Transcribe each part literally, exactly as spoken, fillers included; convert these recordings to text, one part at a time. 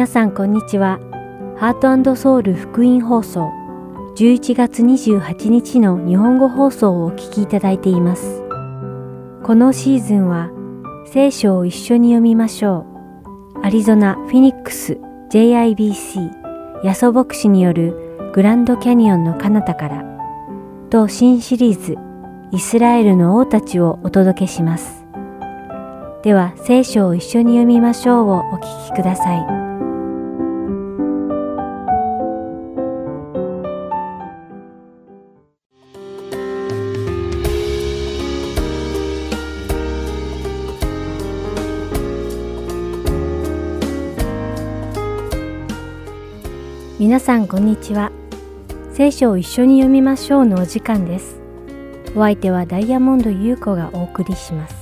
皆さんこんにちは。ハート&ソウル福音放送じゅういちがつにじゅうはちにちの日本語放送をお聞きいただいています。このシーズンは聖書を一緒に読みましょう。アリゾナ・フィニックス ジェイアイビーシー ヤソ牧師によるグランドキャニオンの彼方からと新シリーズイスラエルの王たちをお届けします。では聖書を一緒に読みましょうをお聞きください。皆さんこんにちは。聖書を一緒に読みましょうのお時間です。お相手はダイヤモンド優子がお送りします。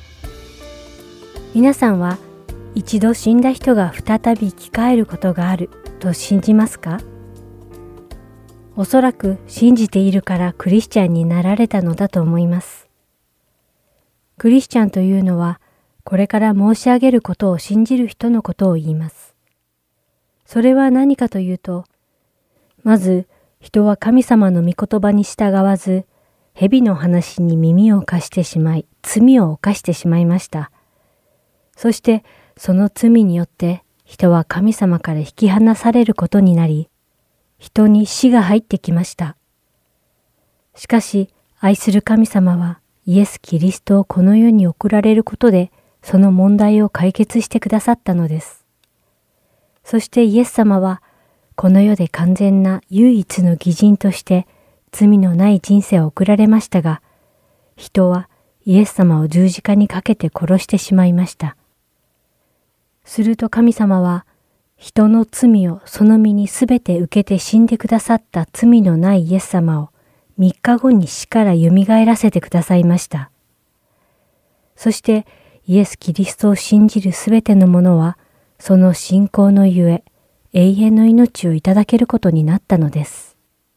皆さんは一度死んだ人が再び生き返ることがあると信じますか？おそらく信じているからクリスチャンになられたのだと思います。クリスチャンというのはこれから申し上げることを信じる人のことを言います。それは何かというと、まず人は神様の御言葉に従わず、蛇の話に耳を貸してしまい、罪を犯してしまいました。そしてその罪によって人は神様から引き離されることになり、人に死が入ってきました。しかし愛する神様はイエス・キリストをこの世に送られることで、その問題を解決してくださったのです。そしてイエス様はこの世で完全な唯一の義人として罪のない人生を送られましたが、人はイエス様を十字架にかけて殺してしまいました。すると神様は人の罪をその身にすべて受けて死んでくださった罪のないイエス様をみっかごに死からよみがえらせてくださいました。そしてイエス・キリストを信じるすべての者はその信仰のゆえ、永遠の命をいただけることになったのです。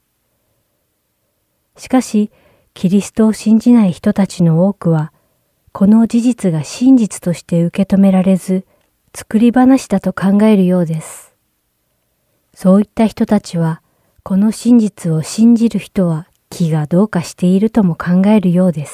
しかし、キリストを信じない人たちの多くは、この事実が真実として受け止められず、作り話だと考えるようです。そういった人たちは、この真実を信じる人は気がどうかしているとも考えるようです。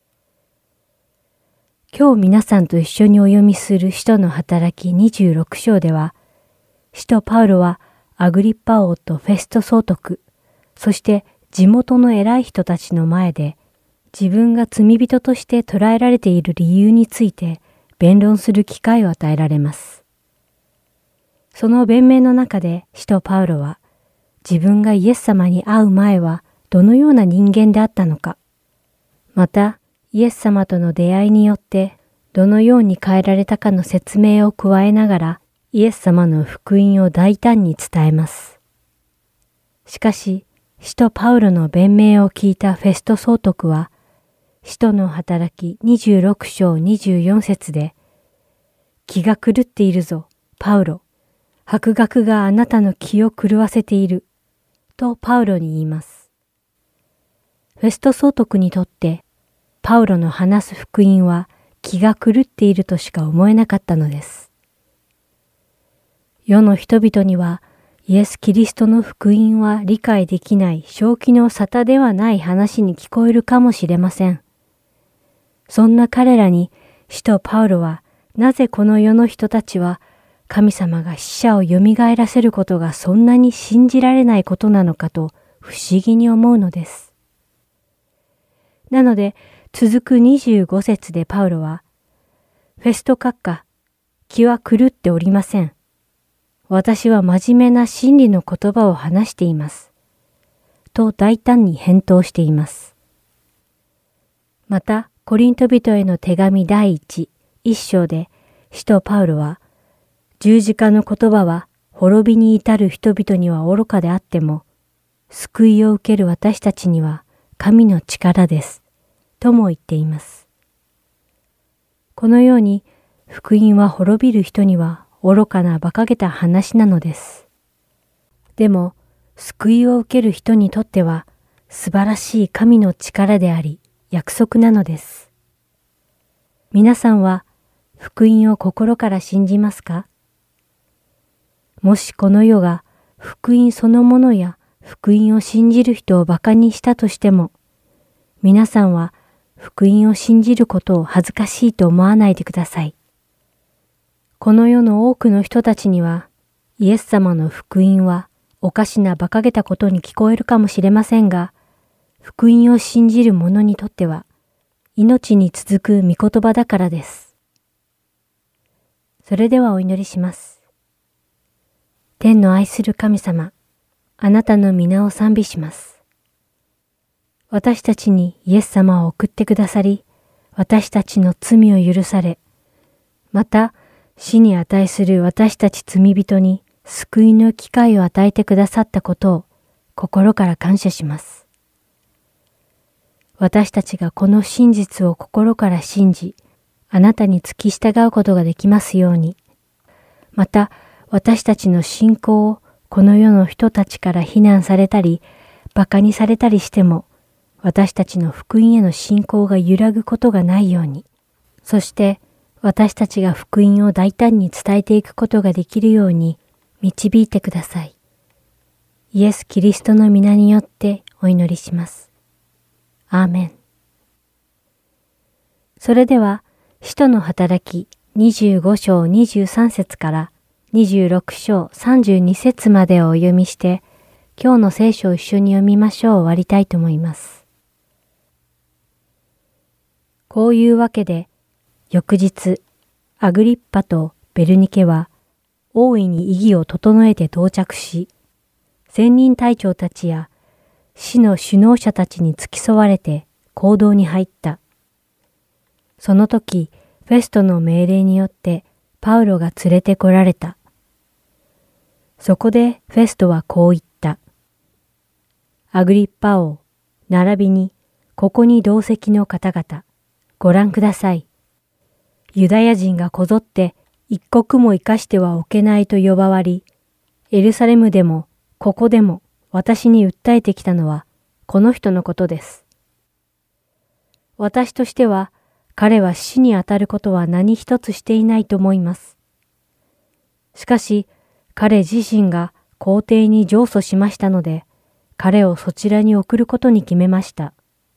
今日皆さんと一緒にお読みする使徒の働きにじゅうろくしょうでは、使徒パウロはアグリッパ王とフェスト総督、そして地元の偉い人たちの前で、自分が罪人として捉えられている理由について弁論する機会を与えられます。その弁明の中で使徒パウロは、自分がイエス様に会う前はどのような人間であったのか、また、イエス様との出会いによってどのように変えられたかの説明を加えながらイエス様の福音を大胆に伝えます。しかし、使徒パウロの弁明を聞いたフェスト総督は、使徒の働きにじゅうろくしょうにじゅうよんせつで、気が狂っているぞ、パウロ。博学があなたの気を狂わせている、とパウロに言います。フェスト総督にとって、パウロの話す福音は気が狂っているとしか思えなかったのです。世の人々にはイエス・キリストの福音は理解できない正気の沙汰ではない話に聞こえるかもしれません。そんな彼らに使徒パウロはなぜこの世の人たちは神様が死者をよみがえらせることがそんなに信じられないことなのかと不思議に思うのです。なので、続くにじゅうごせつでパウロは、フェスト閣下、気は狂っておりません。私は真面目な真理の言葉を話しています。と大胆に返答しています。また、コリント人への手紙第一、一章で、使徒パウロは、十字架の言葉は滅びに至る人々には愚かであっても、救いを受ける私たちには神の力です。とも言っています。このように福音は滅びる人には愚かな馬鹿げた話なのです。でも救いを受ける人にとっては素晴らしい神の力であり約束なのです。皆さんは福音を心から信じますか？ もしこの世が福音そのものや福音を信じる人を馬鹿にしたとしても、皆さんは福音を信じることを恥ずかしいと思わないでください。この世の多くの人たちには、イエス様の福音はおかしな馬鹿げたことに聞こえるかもしれませんが、福音を信じる者にとっては、命に続く御言葉だからです。それではお祈りします。天の愛する神様、あなたの皆を賛美します。私たちにイエス様を送ってくださり、私たちの罪を許され、また死に値する私たち罪人に救いの機会を与えてくださったことを心から感謝します。私たちがこの真実を心から信じ、あなたに付き従うことができますように。また、私たちの信仰をこの世の人たちから非難されたり、馬鹿にされたりしても、私たちの福音への信仰が揺らぐことがないように。そして、私たちが福音を大胆に伝えていくことができるように導いてください。イエス・キリストの皆によってお祈りします。アーメン。それでは、使徒の働きにじゅうご章にじゅうさん節からにじゅうろく章さんじゅうに節までをお読みして、今日の聖書を一緒に読みましょう終わりたいと思います。こういうわけで、翌日、アグリッパとベルニケは大いに意義を整えて到着し、千人隊長たちや市の首脳者たちに付き添われて行動に入った。その時、フェストの命令によってパウロが連れてこられた。そこでフェストはこう言った。アグリッパ王、並びにここに同席の方々、ご覧ください。ユダヤ人がこぞって一刻も生かしてはおけないと呼ばわり、エルサレムでもここでも私に訴えてきたのはこの人のことです。私としては彼は死にあたることは何一つしていないと思います。しかし彼自身が皇帝に上訴しましたので、彼をそちらに送ることに決めました。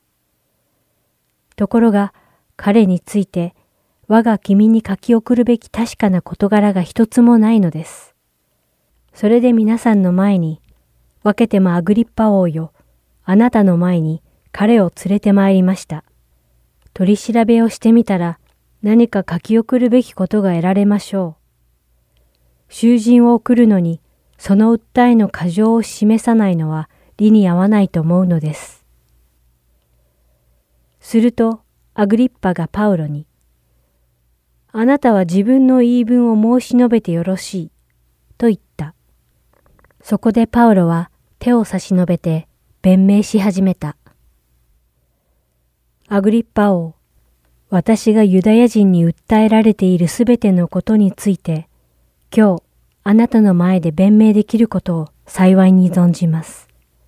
ところが彼について我が君に書き送るべき確かな事柄が一つもないのです。それで皆さんの前に、分けてもアグリッパ王よ、あなたの前に彼を連れて参りました。取り調べをしてみたら何か書き送るべきことが得られましょう。囚人を送るのにその訴えの過剰を示さないのは理に合わないと思うのです。するとアグリッパがパウロに、あなたは自分の言い分を申し述べてよろしい、と言った。そこでパウロは手を差し伸べて弁明し始めた。アグリッパ王、私がユダヤ人に訴えられているすべてのことについて、今日あなたの前で弁明できることを幸いに存じます。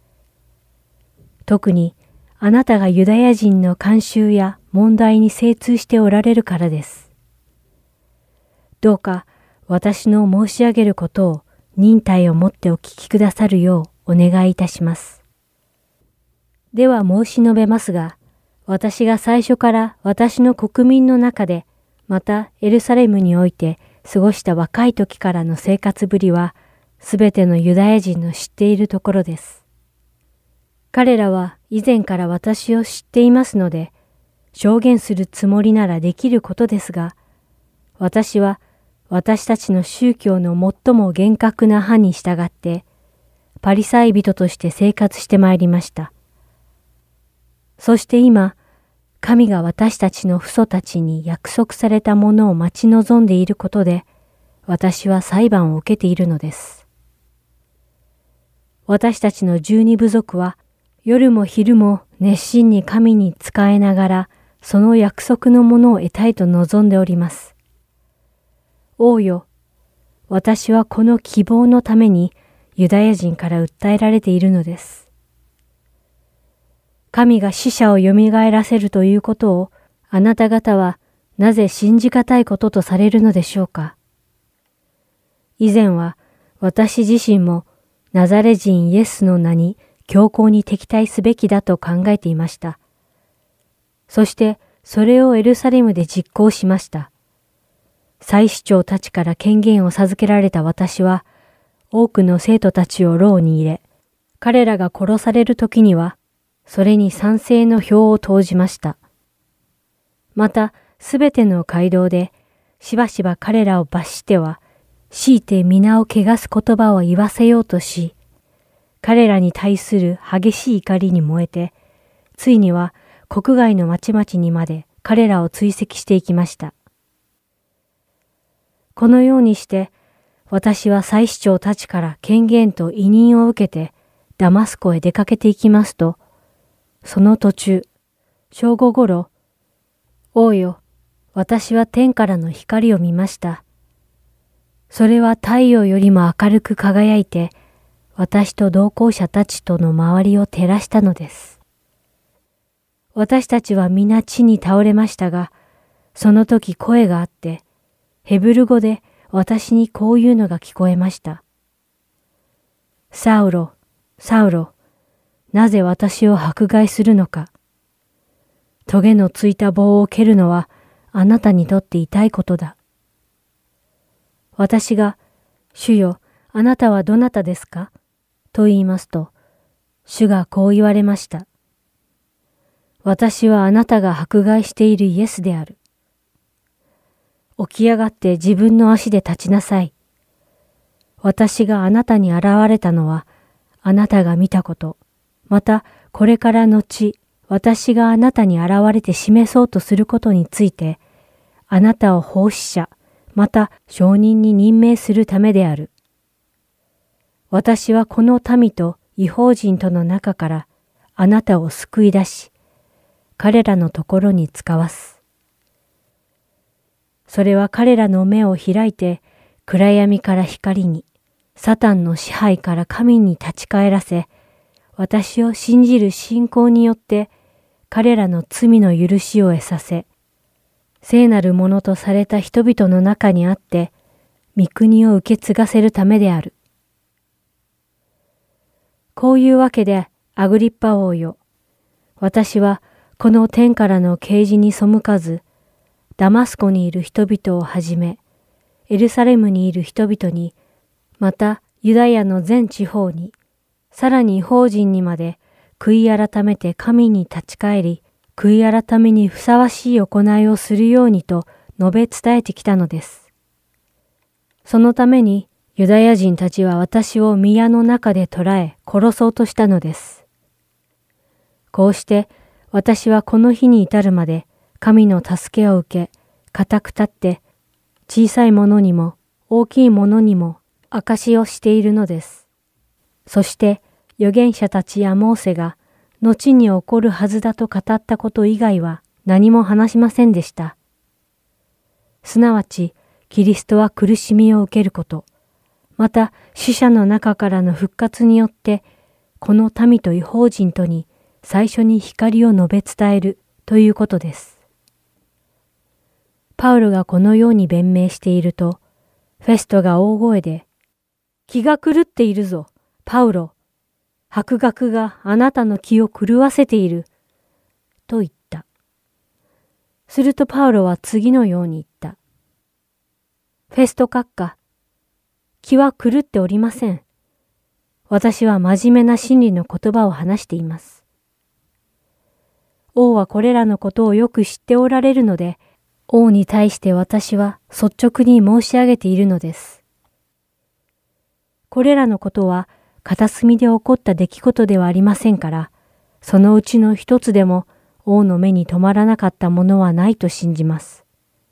特にあなたがユダヤ人の慣習や問題に精通しておられるからです。どうか私の申し上げることを忍耐をもってお聞きくださるようお願いいたします。では申し述べますが、私が最初から私の国民の中で、またエルサレムにおいて過ごした若い時からの生活ぶりは、すべてのユダヤ人の知っているところです。彼らは以前から私を知っていますので、証言するつもりならできることですが、私は私たちの宗教の最も厳格な派に従って、パリサイ人として生活してまいりました。そして今、神が私たちの父祖たちに約束されたものを待ち望んでいることで、私は裁判を受けているのです。私たちの十二部族は、夜も昼も熱心に神に仕えながら、その約束のものを得たいと望んでおります。王よ、私はこの希望のためにユダヤ人から訴えられているのです。神が死者をよみがえらせるということをあなた方はなぜ信じがたいこととされるのでしょうか。以前は私自身もナザレ人イエスの名に強硬に敵対すべきだと考えていました。そしてそれをエルサレムで実行しました。祭司長たちから権限を授けられた私は、多くの生徒たちを牢に入れ、彼らが殺される時には、それに賛成の票を投じました。また、すべての街道で、しばしば彼らを罰しては、強いて皆を汚す言葉を言わせようとし、彼らに対する激しい怒りに燃えて、ついには国外の町々にまで彼らを追跡していきました。このようにして、私は祭司長たちから権限と委任を受けて、ダマスコへ出かけていきますと、その途中、正午ごろ、王よ、私は天からの光を見ました。それは太陽よりも明るく輝いて、私と同行者たちとの周りを照らしたのです。私たちは皆地に倒れましたが、その時声があって、ヘブル語で私にこういうのが聞こえました。サウロ、サウロ、なぜ私を迫害するのか。トゲのついた棒を蹴るのはあなたにとって痛いことだ。私が、主よ、あなたはどなたですかと言いますと、主がこう言われました。私はあなたが迫害しているイエスである。起き上がって自分の足で立ちなさい。私があなたに現れたのは、あなたが見たこと、またこれから後、私があなたに現れて示そうとすることについて、あなたを奉仕者、また証人に任命するためである。私はこの民と異邦人との中からあなたを救い出し、彼らのところに使わす。それは彼らの目を開いて、暗闇から光に、サタンの支配から神に立ち返らせ、私を信じる信仰によって、彼らの罪の許しを得させ、聖なるものとされた人々の中にあって、御国を受け継がせるためである。こういうわけで、アグリッパ王よ、私はこの天からの啓示に背かず、ダマスコにいる人々をはじめ、エルサレムにいる人々に、またユダヤの全地方に、さらに異邦人にまで悔い改めて神に立ち返り、悔い改めにふさわしい行いをするようにと述べ伝えてきたのです。そのためにユダヤ人たちは私を宮の中で捕らえ殺そうとしたのです。こうして私はこの日に至るまで神の助けを受け、固く立って、小さいものにも大きいものにも証しをしているのです。そして預言者たちやモーセが後に起こるはずだと語ったこと以外は何も話しませんでした。すなわち、キリストは苦しみを受けること、また死者の中からの復活によって、この民と異邦人とに最初に光を述べ伝えるということです。パウロがこのように弁明していると、フェストが大声で、気が狂っているぞ、パウロ。迫学があなたの気を狂わせている。と言った。するとパウロは次のように言った。フェスト閣下、気は狂っておりません。私は真面目な真理の言葉を話しています。王はこれらのことをよく知っておられるので、王に対して私は率直に申し上げているのです。これらのことは片隅で起こった出来事ではありませんから、そのうちの一つでも王の目に留まらなかったものはないと信じます。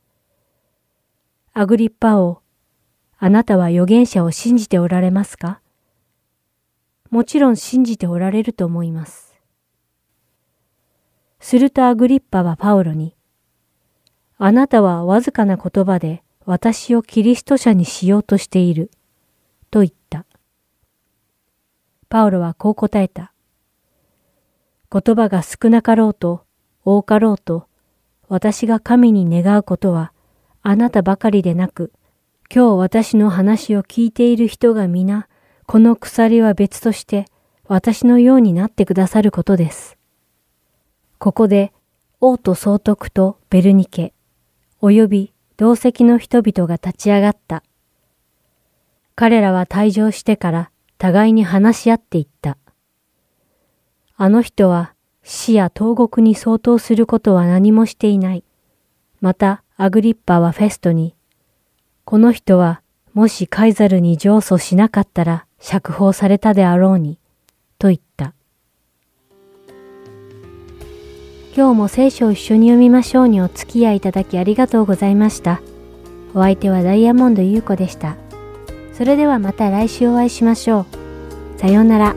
アグリッパ王、あなたは預言者を信じておられますか？もちろん信じておられると思います。するとアグリッパはパウロに、あなたはわずかな言葉で私をキリスト者にしようとしている、と言った。パウロはこう答えた。言葉が少なかろうと多かろうと、私が神に願うことは、あなたばかりでなく、 今日私の話を聞いている人が皆、この鎖は別として私のようになってくださることです。ここで王と総督とベルニケ、および同席の人々が立ち上がった。彼らは退場してから互いに話し合っていった。あの人は死や投獄に相当することは何もしていない。またアグリッパはフェストに、この人はもしカイザルに上訴しなかったら釈放されたであろうに、と言った。今日も聖書を一緒に読みましょうにお付き合いいただきありがとうございました。お相手はダイヤモンド優子でした。それではまた来週お会いしましょう。さようなら。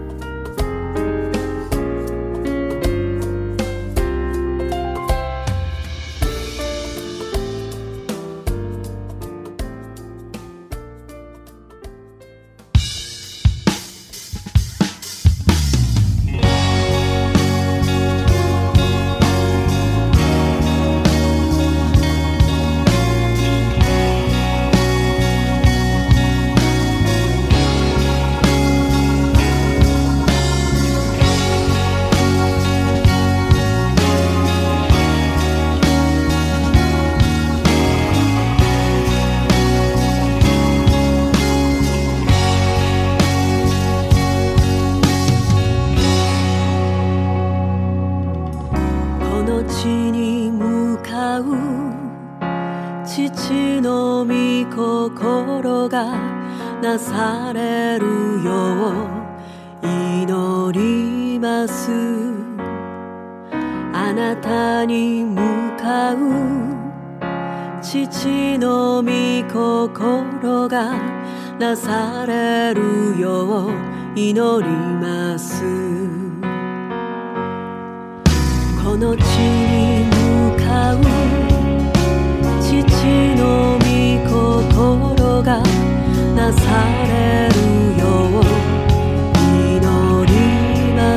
なされるよう祈ります。あなたに向かう父の御心がなされるよう祈ります。この地に向かう父の御心がなされるよう祈ります。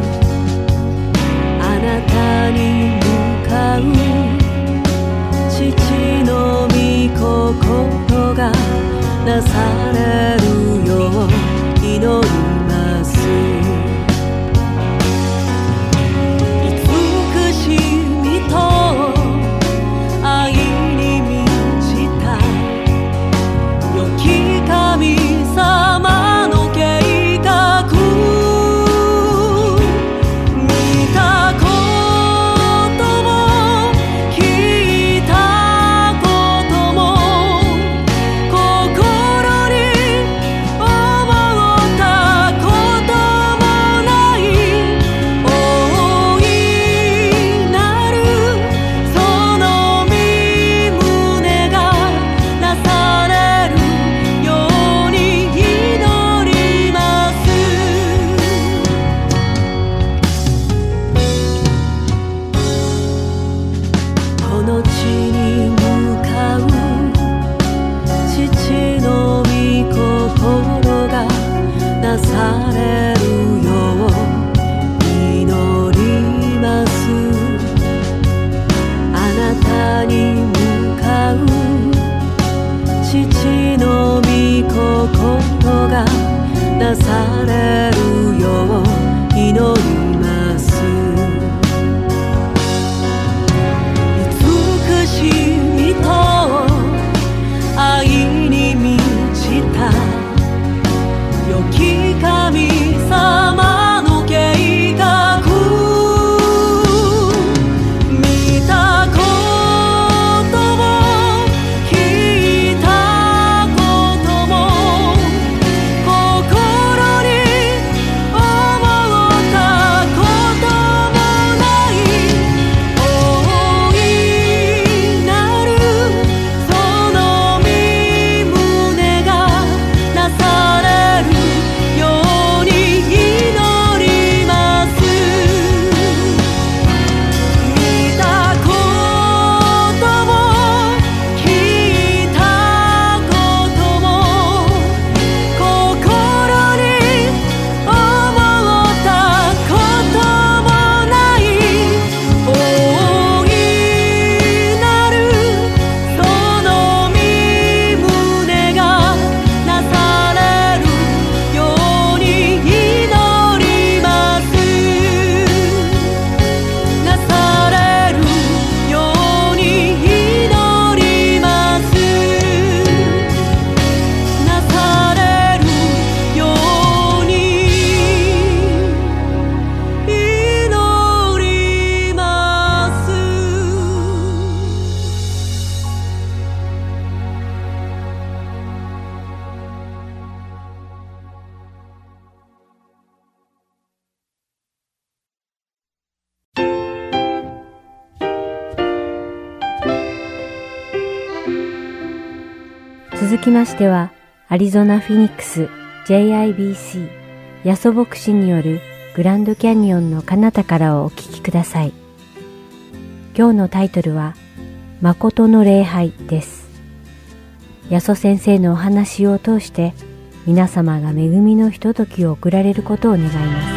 あなたに向かう父の御心がなされるよう祈ります。慈しみと愛に満ちた良き神様の計画、見たことも聞いたことも心に思ったこともない大いなるその御胸がなされるように祈ります。この地に向かう父の御心がなされるよう祈ります。あなたに向かう父の御心がなされるよう祈ります。慈しみと愛に満ちた良き神様の計画、見たことも聞いたことも心に続きましては、アリゾナ・フィニックス ジェイアイビーシー ヤソ牧師によるグランドキャニオンの彼方からをお聞きください。今日のタイトルは、誠の礼拝です。ヤソ先生のお話を通して、皆様が恵みのひとときを送られることを願います。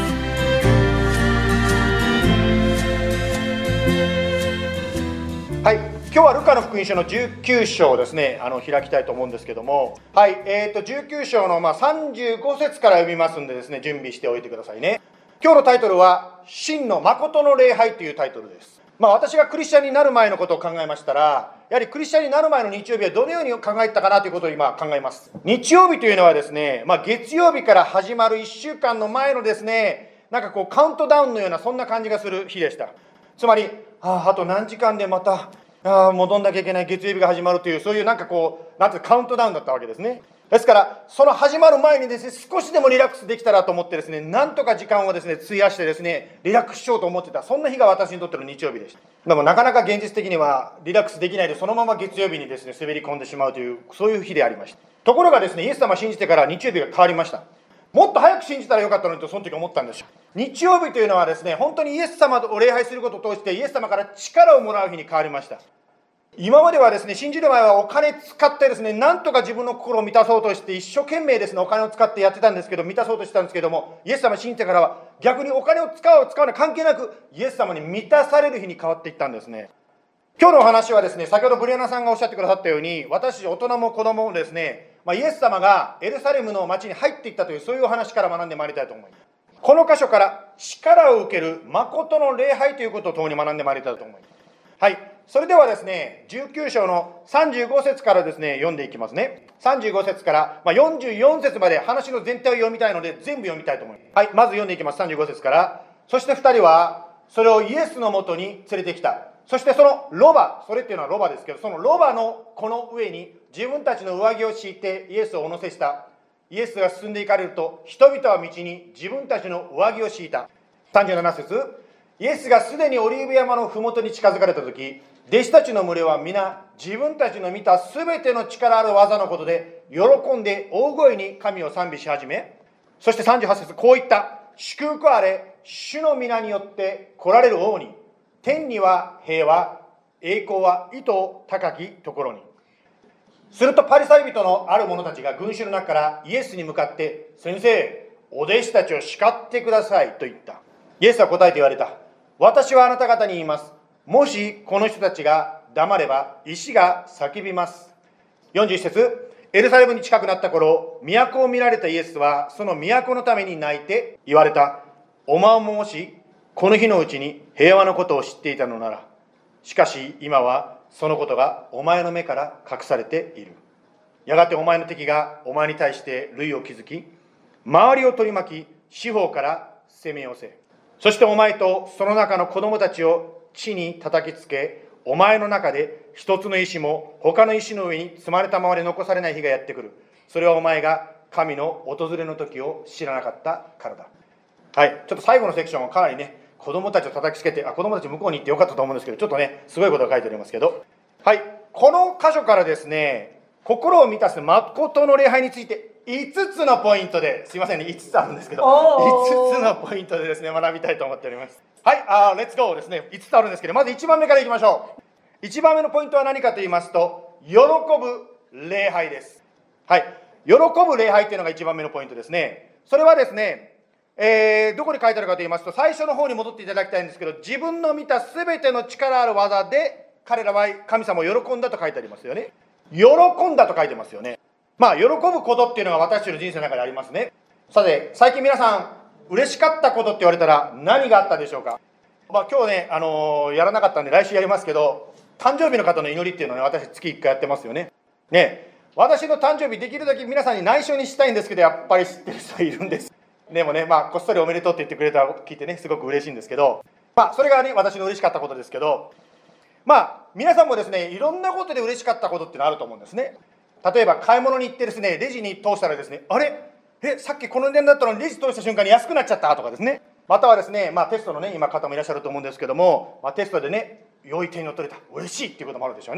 はい、今日はルカの福音書のじゅうきゅう章をですね、あの開きたいと思うんですけども、はい、えー、とじゅうきゅう章のまあさんじゅうご節から読みますんでですね、準備しておいてくださいね。今日のタイトルは、真の誠の礼拝というタイトルです。まあ、私がクリスチャンになる前のことを考えましたら、やはりクリスチャンになる前の日曜日はどのように考えてたかなということを今考えます。日曜日というのはですね、まあ、月曜日から始まるいっしゅうかんの前のですね、なんかこうカウントダウンのようなそんな感じがする日でした。つまり、ああ、あと何時間でまたああ戻んなきゃいけない月曜日が始まるという、そういうなんかこうなんていうカウントダウンだったわけですね。ですからその始まる前にですね、少しでもリラックスできたらと思ってですね、なんとか時間をですね費やしてですねリラックスしようと思ってた、そんな日が私にとっての日曜日でした。でもなかなか現実的にはリラックスできないで、そのまま月曜日にですね滑り込んでしまうという、そういう日でありました。ところがですね、イエス様を信じてから日曜日が変わりました。もっと早く信じたらよかったのにとその時思ったんですよ。日曜日というのはですね、本当にイエス様を礼拝することを通してイエス様から力をもらう日に変わりました。今まではですね、信じる前はお金使ってですね、なんとか自分の心を満たそうとして一生懸命ですね、お金を使ってやってたんですけど、満たそうとしてたんですけども、イエス様を信じてからは逆にお金を使う使わない関係なくイエス様に満たされる日に変わっていったんですね。今日のお話はですね、先ほどブリアナさんがおっしゃってくださったように、私大人も子供もですね、まあ、イエス様がエルサレムの町に入っていったという、そういうお話から学んでまいりたいと思います。この箇所から力を受ける誠の礼拝ということを共に学んでまいりたいと思います。はい、それではですね、じゅうきゅう章のさんじゅうご節からですね、読んでいきますね。さんじゅうご節から、まあ、よんじゅうよん節まで話の全体を読みたいので、全部読みたいと思います。はい、まず読んでいきます。さんじゅうご節から。そしてふたりは、それをイエスのもとに連れてきた。そしてそのロバ、それっていうのはロバですけど、そのロバのこの上に自分たちの上着を敷いてイエスをお乗せした。イエスが進んでいかれると、人々は道に自分たちの上着を敷いた。さんじゅうなな節、イエスがすでにオリーブ山のふもとに近づかれたとき、弟子たちの群れは皆自分たちの見たすべての力ある技のことで喜んで大声に神を賛美し始め、そしてさんじゅうはち節、こう言った。祝福あれ、主の皆によって来られる王に、天には平和、栄光は意図高きところに。するとパリサイ人のある者たちが群衆の中からイエスに向かって、先生、お弟子たちを叱ってくださいと言った。イエスは答えて言われた。私はあなた方に言います。もしこの人たちが黙れば石が叫びます。よんじゅういち節、エルサレムに近くなった頃、都を見られたイエスはその都のために泣いて言われた。お前ももしこの日のうちに平和のことを知っていたのなら、しかし今はそのことがお前の目から隠されている。やがてお前の敵がお前に対して塁を築き、周りを取り巻き四方から攻め寄せ、そしてお前とその中の子供たちを地に叩きつけ、お前の中で一つの石も他の石の上に積まれたままで残されない日がやってくる。それはお前が神の訪れの時を知らなかったからだ。はい、ちょっと最後のセクションはかなりね、子供たちを叩きつけて、あ、子供たち向こうに行ってよかったと思うんですけど、ちょっとね、すごいことが書いてありますけど、はい、この箇所からですね、心を満たす誠の礼拝についていつつのポイントで、すいませんね、いつつあるんですけど、いつつのポイントでですね、学びたいと思っております。はい、あー、レッツゴーですね。いつつあるんですけど、まずいちばんめからいきましょう。いちばんめのポイントは何かと言いますと、喜ぶ礼拝です。はい、喜ぶ礼拝というのがいちばんめのポイントですね。それはですね、えー、どこに書いてあるかと言いますと、最初の方に戻っていただきたいんですけど、自分の見たすべての力ある技で、彼らは神様を喜んだと書いてありますよね。喜んだと書いてますよね。まあ、喜ぶことっていうのが私たちの人生の中でありますね。さて、最近皆さん、嬉しかったことって言われたら何があったでしょうか。まあ、今日ね、あのー、やらなかったんで来週やりますけど、誕生日の方の祈りっていうのをね、私月いっかいやってますよね。ね、私の誕生日できるだけ皆さんに内緒にしたいんですけど、やっぱり知ってる人いるんです。でもね、まあ、こっそりおめでとうって言ってくれた聞いてね、すごく嬉しいんですけど、まあ、それがね、私の嬉しかったことですけど、まあ、皆さんもですね、いろんなことで嬉しかったことっていうのはあると思うんですね。例えば、買い物に行ってですね、レジに通したらですね、あれえ、さっきこの値段だったのにレジ通した瞬間に安くなっちゃったとかですね。またはですね、まあ、テストのね、今方もいらっしゃると思うんですけども、まあ、テストでね、良い点を取れた、嬉しいっていうこともあるでしょうね。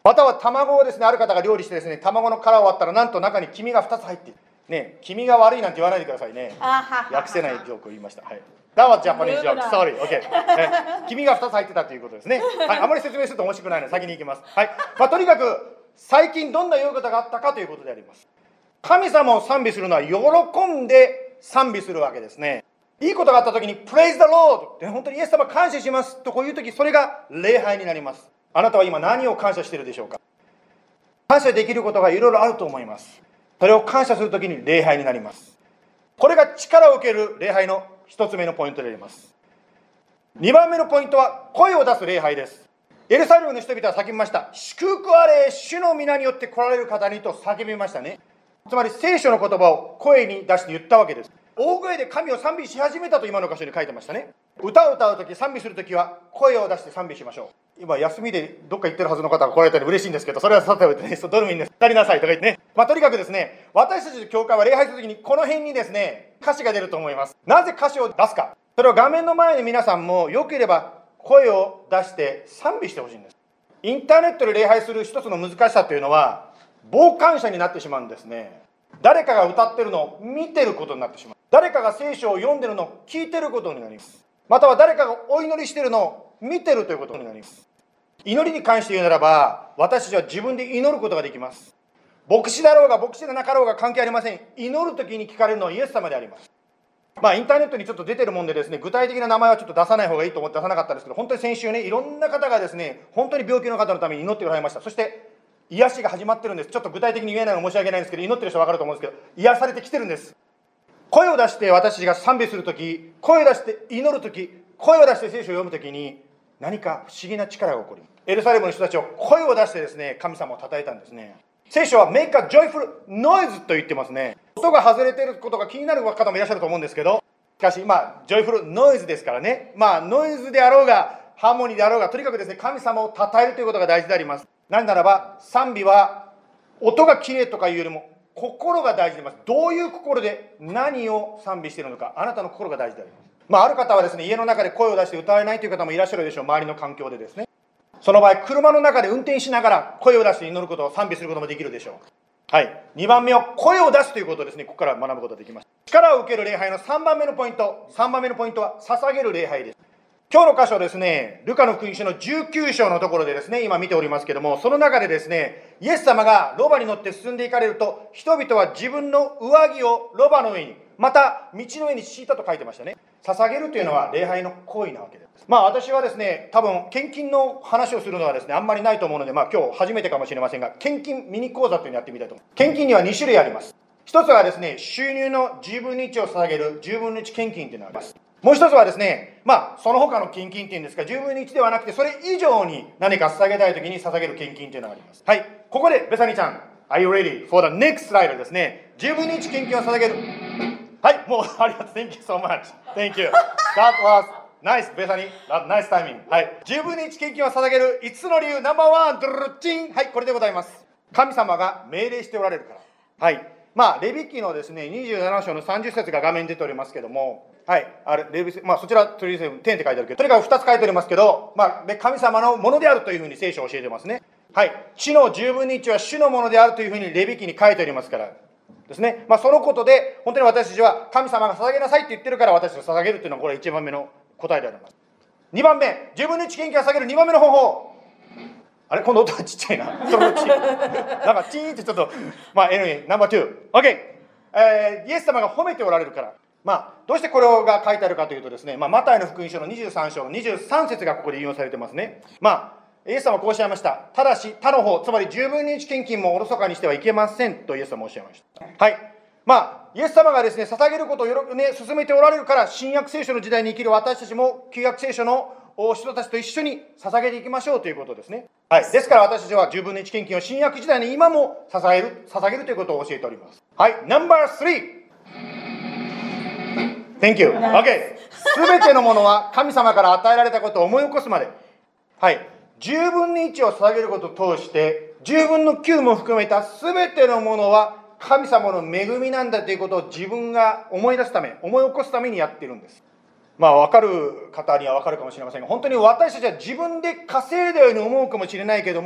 または卵をですね、ある方が料理してですね、卵の殻を割ったら、なんと中に黄身がふたつ入っている。ね、黄身が悪いなんて言わないでくださいね。訳せないジョークを言いました。はい。That was Japanese joke. Sorry. Okay. 黄身がふたつ入ってたということですね。はい。あまり説明すると面白くないので先に行きます。はい。まあ、とにかく、最近どんな良いことがあったかということであります。神様を賛美するのは喜んで賛美するわけですね。いいことがあったときに、Praise the Lord! って本当にイエス様感謝しますとこういうとき、それが礼拝になります。あなたは今何を感謝しているでしょうか。感謝できることがいろいろあると思います。それを感謝するときに礼拝になります。これが力を受ける礼拝の一つ目のポイントであります。二番目のポイントは声を出す礼拝です。エルサレムの人々は叫びました。祝福あれ、主の皆によって来られる方にと叫びましたね。つまり聖書の言葉を声に出して言ったわけです。大声で神を賛美し始めたと今の箇所に書いてましたね。歌を歌うとき、賛美するときは声を出して賛美しましょう。今休みでどっか行ってるはずの方が来られたら嬉しいんですけど、それはさておいてね、どれもいいんです。二人なさいとか言ってね。まあとにかくですね、私たちの教会は礼拝するときにこの辺にですね、歌詞が出ると思います。なぜ歌詞を出すか。それは画面の前で皆さんもよければ声を出して賛美してほしいんです。インターネットで礼拝する一つの難しさというのは、傍観者になってしまうんですね。誰かが歌ってるのを見てることになってしまう。誰かが聖書を読んでるのを聞いてることになります。または誰かがお祈りしてるのを見てるということになります。祈りに関して言うならば、私たちは自分で祈ることができます。牧師だろうが牧師でなかろうが関係ありません。祈るときに聞かれるのはイエス様であります。まあインターネットにちょっと出てるもんでですね、具体的な名前はちょっと出さない方がいいと思って出さなかったんですけど、本当に先週ね、いろんな方がですね、本当に病気の方のために祈っておられました。そして癒しが始まってるんです。ちょっと具体的に言えないのは申し訳ないんですけど、祈ってる人は分かると思うんですけど、癒されてきてるんです。声を出して私たちが賛美するとき、声を出して祈るとき、声を出して聖書を読むときに何か不思議な力が起こる。エルサレムの人たちを声を出してですね、神様を称えたんですね。聖書は Make a joyful noise と言ってますね。音が外れていることが気になる方もいらっしゃると思うんですけど、しかしまあジョイフルノイズですからね、まあノイズであろうがハーモニーであろうが、とにかくですね、神様を称えるということが大事であります。なぜならば賛美は音がきれいとかいうよりも心が大事であります。どういう心で何を賛美しているのか、あなたの心が大事であります。まあある方はですね、家の中で声を出して歌えないという方もいらっしゃるでしょう。周りの環境でですね。その場合、車の中で運転しながら声を出して祈ることを賛美することもできるでしょう。はい。にばんめは声を出すということですね。ここから学ぶことができます。力を受ける礼拝のさんばんめのポイント。さんばんめのポイントは捧げる礼拝です。今日の箇所ですね、ルカの福音書のじゅうきゅう章のところでですね、今見ておりますけども、その中でですね、イエス様がロバに乗って進んでいかれると、人々は自分の上着をロバの上に、また道の上に敷いたと書いてましたね。捧げるというのは礼拝の行為なわけです。まあ私はですね、多分献金の話をするのはですね、あんまりないと思うので、まあ今日初めてかもしれませんが、献金ミニ講座というのをやってみたいと思います。献金にはに種類あります。一つはですね、収入のじゅうぶんのいちを捧げるじゅうぶんのいち献金というのがあります。もう一つはですね、まあその他の献金っていうんですか、じゅうぶんのいちではなくて、それ以上に何か捧げたいときに捧げる献金というのがあります。はい、ここでベサニちゃん、Are you ready for the next slide ですね。じゅうぶんのいち献金を捧げる。はい、もうありがとう。Thank you so much. Thank you. That was nice, ベサニ。ナイスタイミング。はい。じゅうぶんのいち献金を捧げるいつつの理由、ナンバーワン、ドゥルルチン。はい、これでございます。神様が命令しておられるから。はい。まあ、レビ記のですね、にじゅうなな章のさんじゅっ節が画面に出ておりますけども、はい。あれ、レビ、まあ、そちら、とりあえず、点って書いてあるけど、とにかくふたつ書いておりますけど、まあ、神様のものであるというふうに聖書を教えてますね。はい。地のじゅうぶんのいちは主のものであるというふうにレビ記に書いておりますから。ですね。まあ、そのことで、本当に私たちは神様が捧げなさいって言ってるから私たちが捧げるっていうのはこれいちばんめの答えであります。にばんめ、じゅうぶんのいち献金を捧げるにばんめの方法。あれ今度音がちっちゃいな。そのチなんかチーンってちょっと、まあ、anyway、ナンバーツー。OK。えー、イエス様が褒めておられるから。まあ、どうしてこれが書いてあるかというとですね、まあ、マタイの福音書のにじゅうさん章のにじゅうさん節がここで引用されてますね。まあ、イエス様はこうおっしゃいました。ただし、他の方、つまりじゅうぶんのいち献金もおろそかにしてはいけませんとイエス様はおっしゃいました。はい。まあ、イエス様がですね、捧げることをよろ、ね、進めておられるから、新約聖書の時代に生きる私たちも、旧約聖書の人たちと一緒に捧げていきましょうということですね。はい。ですから私たちはじゅうぶんのいち献金を新約時代に今も捧げる、捧げるということを教えております。はい。ナンバースリー。Thank you. OK。すべてのものは神様から与えられたことを思い起こすまで。はい。じゅうぶんのいちを捧げることを通して、じゅうぶんのきゅうも含めたすべてのものは神様の恵みなんだということを自分が思い出すため、思い起こすためにやっているんです。まあ分かる方には分かるかもしれませんが、本当に私たちは自分で稼いだように思うかもしれないけれども、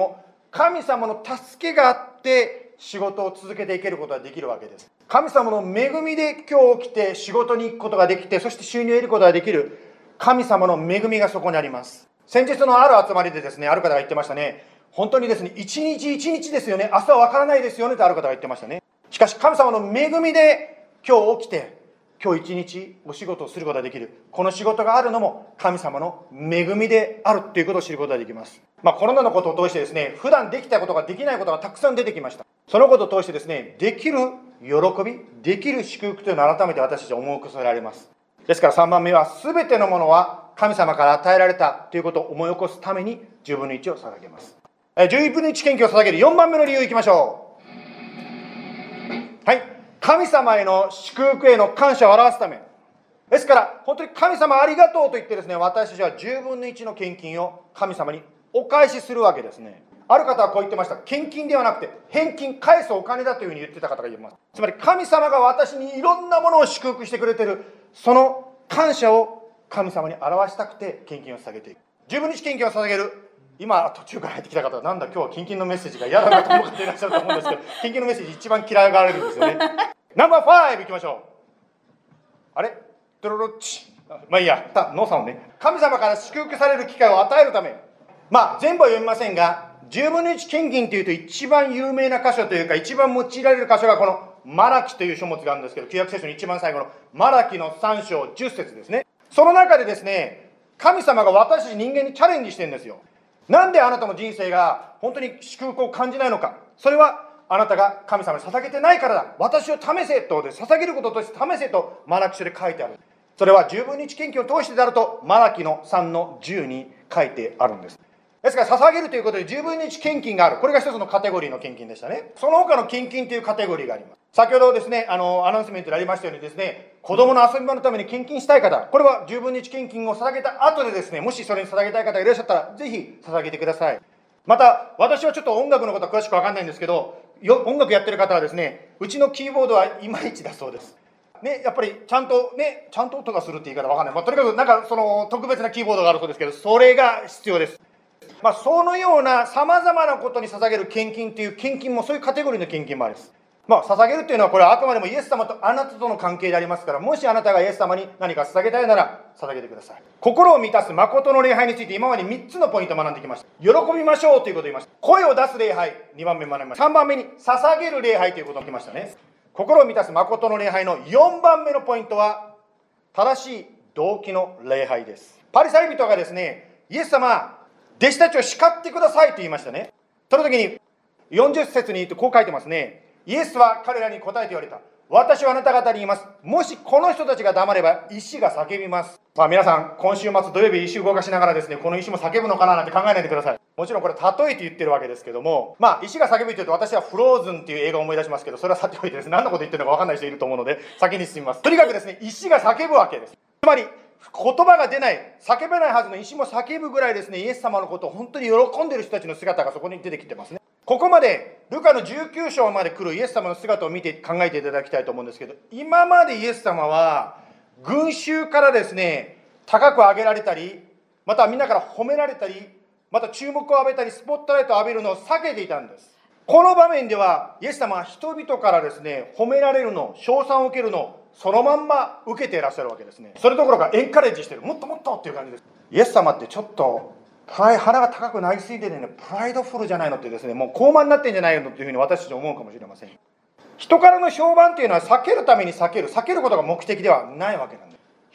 神様の助けがあって仕事を続けていけることができるわけです。神様の恵みで今日起きて仕事に行くことができて、そして収入を得ることができる神様の恵みがそこにあります。先日のある集まりでですね、ある方が言ってましたね。本当にですね、一日一日ですよね、明日は分からないですよねとある方が言ってましたね。しかし神様の恵みで今日起きて、今日一日お仕事をすることができる。この仕事があるのも神様の恵みであるということを知ることができます。まあコロナのことを通してですね、普段できたことができないことがたくさん出てきました。そのことを通してですね、できる喜び、できる祝福というのを改めて私たちは思い起こされます。ですからさんばんめは、すべてのものは神様から与えられたということを思い起こすためにじゅうぶんのいちを捧げます。じゅうぶんのいち献金を捧げるよんばんめの理由いきましょう。はい。神様への祝福への感謝を表すため。ですから本当に神様ありがとうと言ってですね、私たちはじゅうぶんのいちの献金を神様にお返しするわけですね。ある方はこう言ってました。献金ではなくて返金、返すお金だというふうに言ってた方がいます。つまり神様が私にいろんなものを祝福してくれている、その感謝を神様に表したくて献金を捧げていく。じゅうぶんのいち献金を捧げる。今途中から入ってきた方は、なんだ今日は献金のメッセージが嫌だなと思っていらっしゃると思うんですけど、献金のメッセージ一番嫌がられるんですよね。ナンバーファイブいきましょう。あれトロロッチ。まあいいや、ノーさんをね、神様から祝福される機会を与えるため。まあ全部は読みませんが、じゅうぶんのいち献金というと一番有名な箇所というか、一番用いられる箇所がこのマラキという書物があるんですけど、旧約聖書の一番最後のマラキのさん章じゅっ節ですね。その中でですね、神様が私たち人間にチャレンジしてるんですよ。なんであなたの人生が本当に祝福を感じないのか。それはあなたが神様に捧げてないからだ。私を試せとで、捧げることとして試せとマラキ書で書いてある。それはじゅうぶんのいち献金を通してであるとマラキのさんのじゅうに書いてあるんです。ですから捧げるということでじゅうぶんのいち献金がある。これが一つのカテゴリーの献金でしたね。その他の献金というカテゴリーがあります。先ほどですね、あのアナウンスメントでありましたようにですね、子供の遊び場のために献金したい方、これはじゅうぶんのいち献金を捧げた後でですね、もしそれに捧げたい方がいらっしゃったらぜひ捧げてください。また私はちょっと音楽のことは詳しく分かんないんですけど、よ音楽やってる方はですね、うちのキーボードはいまいちだそうです。ね、やっぱりちゃんとね、ちゃんと音がするって言い方わかんない。まあ、とにかくなんかその特別なキーボードがあるそうですけど、それが必要です。まあ、そのようなさまざまなことに捧げる献金という献金もそういうカテゴリーの献金もあります。まあ、捧げるというのはこれはあくまでもイエス様とあなたとの関係でありますから、もしあなたがイエス様に何か捧げたいなら捧げてください。心を満たす誠の礼拝について今までみっつのポイントを学んできました。喜びましょうということを言いました。声を出す礼拝、にばんめ学びました。さんばんめに捧げる礼拝ということを聞きましたね。心を満たす誠の礼拝のよんばんめのポイントは正しい動機の礼拝です。パリサイ人がですね、イエス様弟子たちを叱ってくださいと言いましたね。その時によんじゅっ節にこう書いてますね。イエスは彼らに答えて言われた。私はあなた方に言います。もしこの人たちが黙れば石が叫びます。まあ皆さん今週末土曜日石動かしながらですね、この石も叫ぶのかななんて考えないでください。もちろんこれ例えて言ってるわけですけども、まあ石が叫ぶというと私はフローズンっていう映画を思い出しますけど、それはさておいてですね、何のこと言ってるのか分かんない人いると思うので先に進みます。とにかくですね、石が叫ぶわけです。つまり言葉が出ない、叫べないはずの石も叫ぶぐらいですね、イエス様のことを本当に喜んでいる人たちの姿がそこに出てきてますね。ここまでルカのじゅうきゅう章まで来るイエス様の姿を見て考えていただきたいと思うんですけど、今までイエス様は群衆からですね、高く上げられたり、またみんなから褒められたり、また注目を浴びたりスポットライトを浴びるのを避けていたんです。この場面ではイエス様は人々からですね、褒められるの、称賛を受けるのをそのまんま受けていらっしゃるわけですね。それどころかエンカレッジしてる、もっともっとっていう感じです。イエス様ってちょっと鼻が高くなりすぎてね、プライドフルじゃないのってですね、もう高慢になってんじゃないのっていうふうに私たちは思うかもしれません。人からの評判っていうのは避けるために避ける、避けることが目的ではないわけなんです。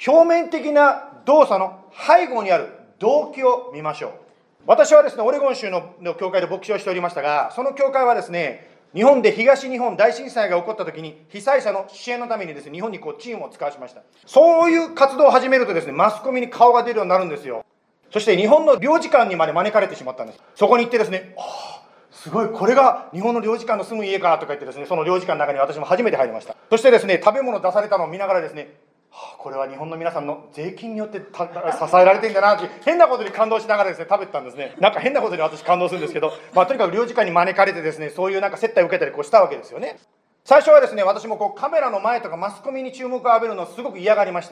表面的な動作の背後にある動機を見ましょう。私はですね、オレゴン州の教会で牧師をしておりましたが、その教会はですね、日本で東日本大震災が起こった時に被災者の支援のためにですね、日本にこうチームを使わしました。そういう活動を始めるとですね、マスコミに顔が出るようになるんですよ。そして日本の領事館にまで招かれてしまったんです。そこに行ってですね、ああすごい、これが日本の領事館の住む家かとか言ってですね、その領事館の中に私も初めて入りました。そしてですね、食べ物出されたのを見ながらですね、はあ、これは日本の皆さんの税金によって支えられてんだなって変なことに感動しながらですね食べてたんですね。なんか変なことに私感動するんですけど、まあ、とにかく領事館に招かれてですね、そういうなんか接待を受けたりこうしたわけですよね。最初はですね、私もこうカメラの前とかマスコミに注目を浴びるのをすごく嫌がりました。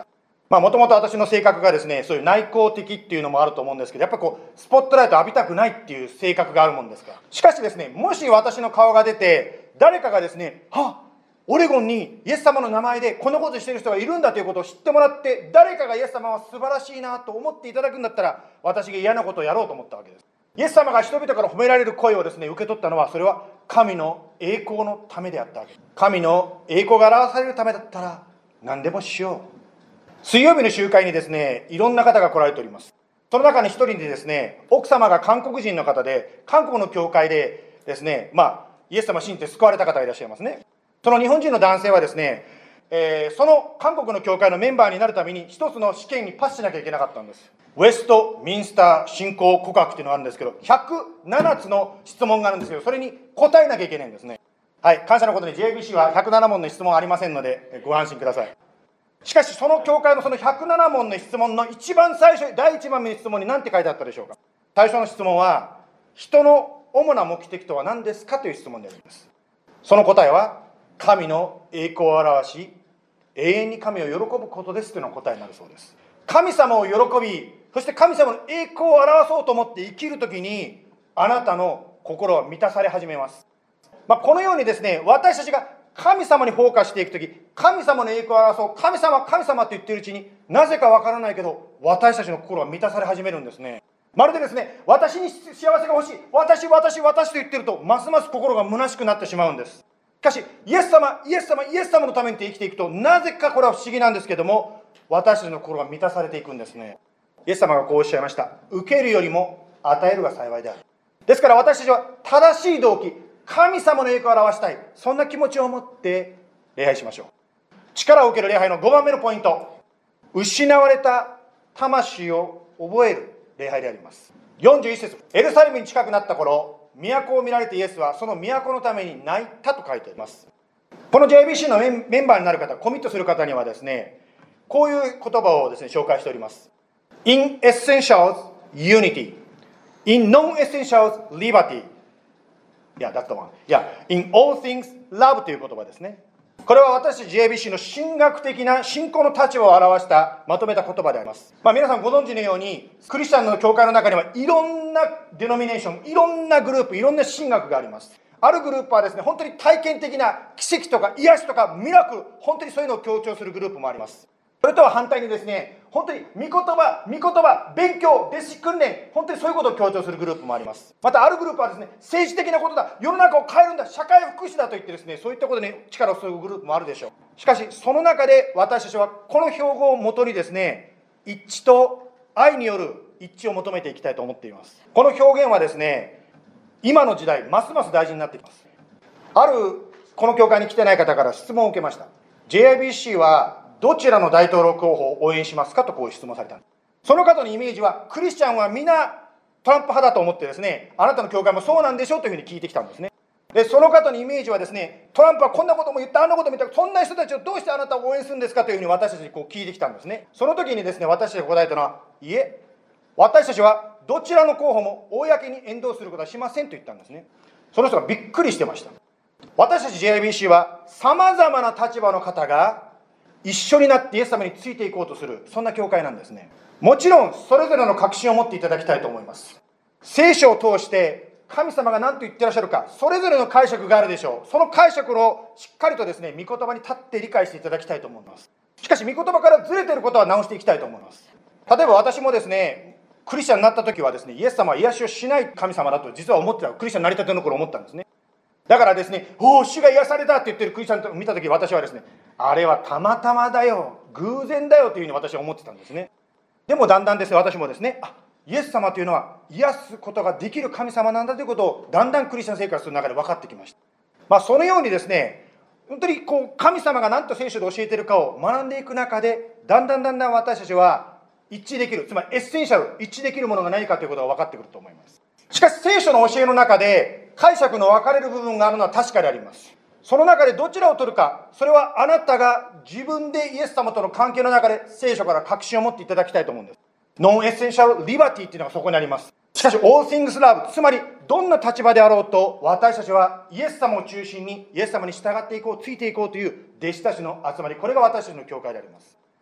まあもともと私の性格がですね、そういう内向的っていうのもあると思うんですけど、やっぱりこうスポットライト浴びたくないっていう性格があるもんですから。しかしですね、もし私の顔が出て誰かがですね、あ、オレゴンにイエス様の名前でこのことしている人がいるんだということを知ってもらって、誰かがイエス様は素晴らしいなと思っていただくんだったら、私が嫌なことをやろうと思ったわけです。イエス様が人々から褒められる声をですね、受け取ったのは、それは神の栄光のためであったわけです。神の栄光が表されるためだったら何でもしよう。水曜日の集会にですね、いろんな方が来られております。その中に一人でですね、奥様が韓国人の方で、韓国の教会でですね、まあイエス様を信じて救われた方がいらっしゃいますね。その日本人の男性はですね、えー、その韓国の教会のメンバーになるために一つの試験にパスしなきゃいけなかったんです。ウェストミンスター信仰告白っていうのがあるんですけど、ひゃくななつの質問があるんですけど、それに答えなきゃいけないんですね。はい、感謝のことに ジェイビーシー はひゃくななもんの質問ありませんのでご安心ください。しかしその教会のそのひゃくななもんの質問の一番最初、だいいちばんめの質問に何て書いてあったでしょうか。最初の質問は、人の主な目的とは何ですかという質問であります。その答えは、神の栄光を表し、永遠に神を喜ぶことですというのが答えになるそうです。神様を喜び、そして神様の栄光を表そうと思って生きるときに、あなたの心は満たされ始めます。まあ、このようにですね、私たちが神様にフォーカスしていくとき、神様の栄光を表そう、神様、神様と言っているうちに、なぜかわからないけど、私たちの心は満たされ始めるんですね。まるでですね、私に幸せが欲しい、私、私、私と言ってると、ますます心が虚しくなってしまうんです。しかし、イエス様、イエス様、イエス様のために生きていくと、なぜかこれは不思議なんですけども、私たちの心が満たされていくんですね。イエス様がこうおっしゃいました。受けるよりも与えるが幸いである。ですから私たちは正しい動機、神様の栄光を表したい、そんな気持ちを持って礼拝しましょう。力を受ける礼拝のごばんめのポイント、失われた魂を覚える礼拝であります。よんじゅういっ節、エルサレムに近くなった頃、都を見られてイエスはその都のために泣いたと書いています。この ジェイビーシー のメンバーになる方、コミットする方にはですね、こういう言葉をですね、紹介しております。In essentials, unity. In non-essentials, liberty. いや、that's the one. いや、in all things, love という言葉ですね。これは私たち ジェイビーシー の神学的な信仰の立場を表したまとめた言葉であります。まあ、皆さんご存知のように、クリスチャンの教会の中にはいろんなデノミネーション、いろんなグループ、いろんな神学があります。あるグループはですね、本当に体験的な奇跡とか癒しとかミラクル、本当にそういうのを強調するグループもあります。それとは反対にですね、本当に御言葉、御言葉、勉強、弟子訓練、本当にそういうことを強調するグループもあります。またあるグループはですね、政治的なことだ、世の中を変えるんだ、社会福祉だと言ってですね、そういったことに力を注ぐグループもあるでしょう。しかし、その中で私たちはこの標語をもとにですね、一致と愛による一致を求めていきたいと思っています。この表現はですね、今の時代、ますます大事になってきます。あるこの教会に来てない方から質問を受けました。ジェイアイビーシー はどちらの大統領候補を応援しますかとこう質問された。その方のイメージは、クリスチャンはみんなトランプ派だと思ってですね、あなたの教会もそうなんでしょうというふうに聞いてきたんですね。で、その方のイメージはですね、トランプはこんなことも言った、あんなことも言った、そんな人たちをどうしてあなたを応援するんですかというふうに私たちにこう聞いてきたんですね。その時にですね、私たちが答えたのは、いえ、私たちはどちらの候補も公にエンドースすることはしませんと言ったんですね。その人がびっくりしてました。私たち ジェイアイビーシー はさまざまな立場の方が一緒になってイエス様についていこうとする、そんな教会なんですね。もちろんそれぞれの確信を持っていただきたいと思います。聖書を通して神様が何と言ってらっしゃるか、それぞれの解釈があるでしょう。その解釈をしっかりとですね、御言葉に立って理解していただきたいと思います。しかし御言葉からずれていることは直していきたいと思います。例えば私もですね、クリスチャンになった時はですね、イエス様は癒しをしない神様だと実は思ってた。クリスチャンになりたての頃思ったんですね。だからですね、おお、主が癒されたって言ってるクリスチャンを見た時、私はですね、あれはたまたまだよ、偶然だよというふうに私は思ってたんですね。でもだんだんですね、私もですね、あ、イエス様というのは癒すことができる神様なんだということをだんだんクリスチャン生活する中で分かってきました。まあ、そのようにですね、本当にこう神様が何と聖書で教えているかを学んでいく中で、だんだんだんだん私たちは一致できる、つまりエッセンシャル、一致できるものが何かということが分かってくると思います。しかし聖書の教えの中で解釈の分かれる部分があるのは確かであります。その中でどちらを取るか、それはあなたが自分でイエス様との関係の中で聖書から確信を持っていただきたいと思うんです。ノンエッセンシャルリバティっていうのがそこにあります。しかし All things love、 つまりどんな立場であろうと私たちはイエス様を中心にイエス様に従っていこう、ついていこうという弟子たちの集まり、これが私たちの教会であります。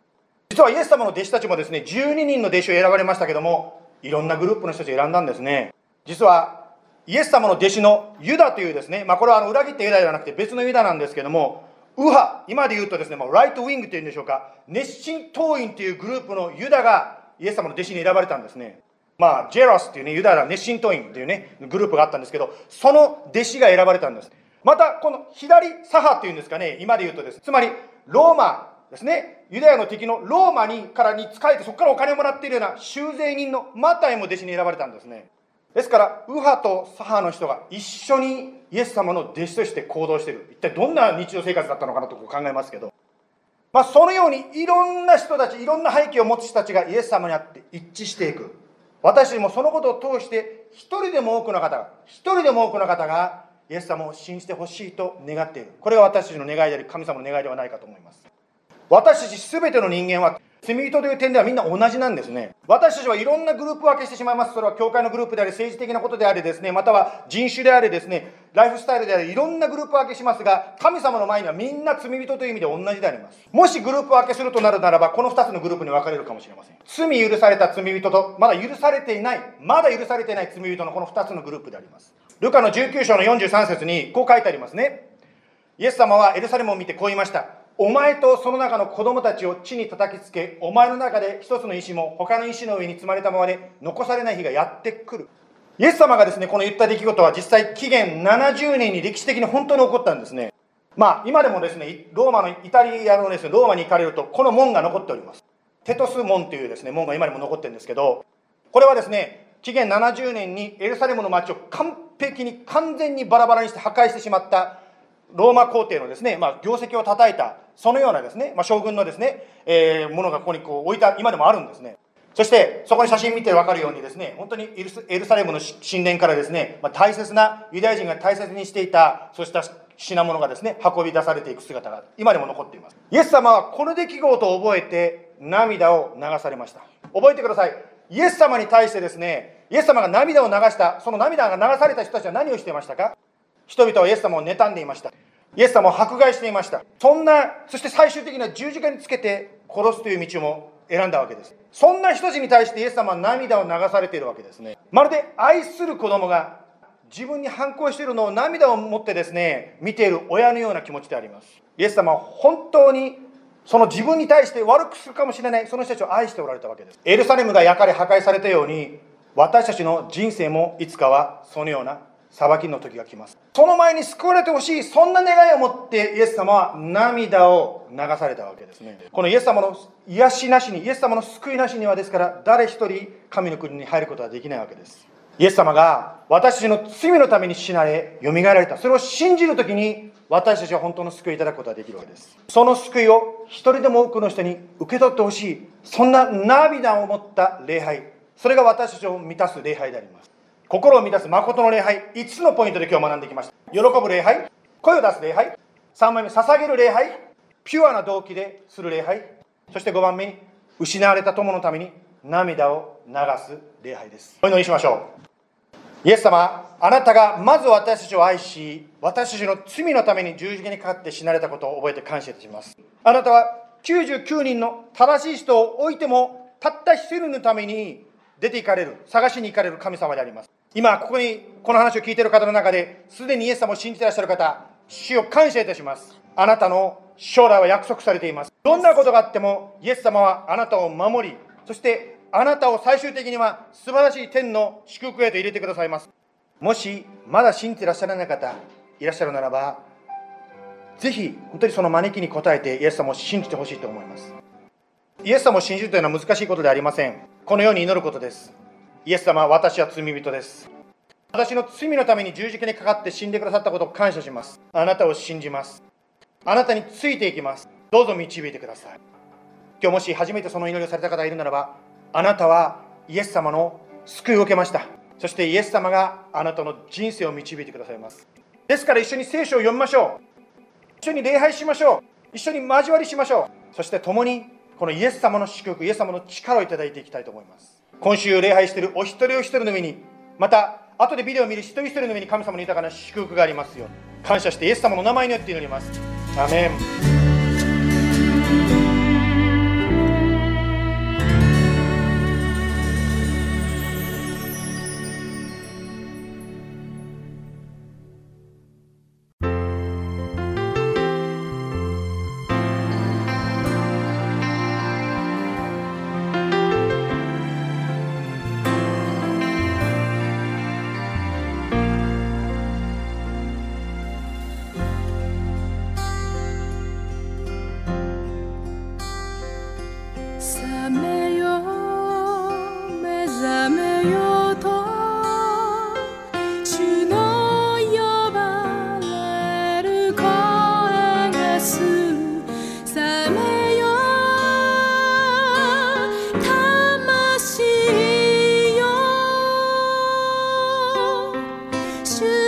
実はイエス様の弟子たちもですね、じゅうににんの弟子を選ばれましたけども、いろんなグループの人たちを選んだんですね。実はイエス様の弟子のユダというですね、まあ、これはあの裏切ったユダではなくて別のユダなんですけども、右派、今で言うとですね、まあ、ライトウィングというんでしょうか、熱心党員というグループのユダがイエス様の弟子に選ばれたんですね。まあ、ジェロスっていうね、ユダが熱心党員というね、グループがあったんですけど、その弟子が選ばれたんです。また、この左左派っていうんですかね、今で言うとです。つまり、ローマですね、ユダヤの敵のローマにからに仕えて、そこからお金をもらっているような修税人のマタイも弟子に選ばれたんですね。ですから、右派と左派の人が一緒にイエス様の弟子として行動している。一体どんな日常生活だったのかなと考えますけど、まあ、そのようにいろんな人たち、いろんな背景を持つ人たちがイエス様にあって一致していく。私たちもそのことを通して、一人でも多くの方が、一人でも多くの方がイエス様を信じてほしいと願っている。これが私たちの願いであり、神様の願いではないかと思います。私たちすべての人間は、罪人という点ではみんな同じなんですね。私たちはいろんなグループ分けしてしまいます。それは教会のグループであり、政治的なことでありですね、または人種でありですね、ライフスタイルであり、いろんなグループ分けしますが、神様の前にはみんな罪人という意味で同じであります。もしグループ分けするとなるならば、このふたつのグループに分かれるかもしれません。罪許された罪人と、まだ許されていない、まだ許されていない罪人のこのふたつのグループであります。ルカのじゅうきゅう章のよんじゅうさん節にこう書いてありますね。イエス様はエルサレムを見てこう言いました。お前とその中の子供たちを地に叩きつけ、お前の中で一つの石も他の石の上に積まれたままで残されない日がやってくる。イエス様がですね、この言った出来事は実際紀元ななじゅうねんに歴史的に本当に起こったんですね。まあ今でもですね、ローマのイタリアのですね、ローマに行かれるとこの門が残っております。テトス門というですね、門が今でも残ってるんですけど、これはですね、紀元ななじゅうねんにエルサレムの町を完璧に完全にバラバラにして破壊してしまったローマ皇帝のですね、まあ、業績を叩いた、そのようなですね、まあ、将軍のですね、えー、ものがここにこう置いた、今でもあるんですね。そして、そこに写真見て分かるようにですね、本当にエルス、エルサレムの神殿からですね、まあ、大切な、ユダヤ人が大切にしていた、そうした品物がですね、運び出されていく姿が今でも残っています。イエス様はこの出来事を覚えて、涙を流されました。覚えてください。イエス様に対してですね、イエス様が涙を流した、その涙が流された人たちは何をしていましたか？人々はイエス様を妬んでいました。イエス様を迫害していました。そんな、そして最終的には十字架につけて殺すという道も選んだわけです。そんな人たちに対してイエス様は涙を流されているわけですね。まるで愛する子供が自分に反抗しているのを涙を持ってですね、見ている親のような気持ちであります。イエス様は本当にその自分に対して悪くするかもしれないその人たちを愛しておられたわけです。エルサレムが焼かれ破壊されたように、私たちの人生もいつかはそのような裁きの時が来ます。その前に救われてほしい、そんな願いを持ってイエス様は涙を流されたわけですね。このイエス様の癒しなしに、イエス様の救いなしにはですから誰一人神の国に入ることはできないわけです。イエス様が私たちの罪のために死なれよみがえられた、それを信じるときに私たちは本当の救いをいただくことができるわけです。その救いを一人でも多くの人に受け取ってほしい、そんな涙を持った礼拝、それが私たちを満たす礼拝であります。心を満たす誠の礼拝、いつつのポイントで今日学んできました。喜ぶ礼拝、声を出す礼拝、さんばんめ捧げる礼拝、ピュアな動機でする礼拝、そしてごばんめに失われた友のために涙を流す礼拝です。お祈りしましょう。イエス様、あなたがまず私たちを愛し、私たちの罪のために十字架にかかって死なれたことを覚えて感謝いたします。あなたはきゅうじゅうきゅうにんの正しい人を置いてもたった一人のために出て行かれる、探しに行かれる神様であります。今ここにこの話を聞いている方の中で、すでにイエス様を信じていらっしゃる方、主を感謝いたします。あなたの将来は約束されています。どんなことがあってもイエス様はあなたを守り、そしてあなたを最終的には素晴らしい天の祝福へと入れてくださいます。もしまだ信じていらっしゃらない方いらっしゃるならば、ぜひ本当にその招きに応えてイエス様を信じてほしいと思います。イエス様を信じるというのは難しいことではありません。このように祈ることです。イエス様、私は罪人です。私の罪のために十字架にかかって死んでくださったことを感謝します。あなたを信じます。あなたについていきます。どうぞ導いてください。今日もし初めてその祈りをされた方がいるならば、あなたはイエス様の救いを受けました。そしてイエス様があなたの人生を導いてくださいます。ですから一緒に聖書を読みましょう。一緒に礼拝しましょう。一緒に交わりしましょう。そして共にこのイエス様の祝福、イエス様の力をいただいていきたいと思います。今週礼拝しているお一人お一人の上に、また後でビデオを見る一人一人の上に神様の豊かな祝福がありますように感謝してイエス様の名前によって祈ります。アメン。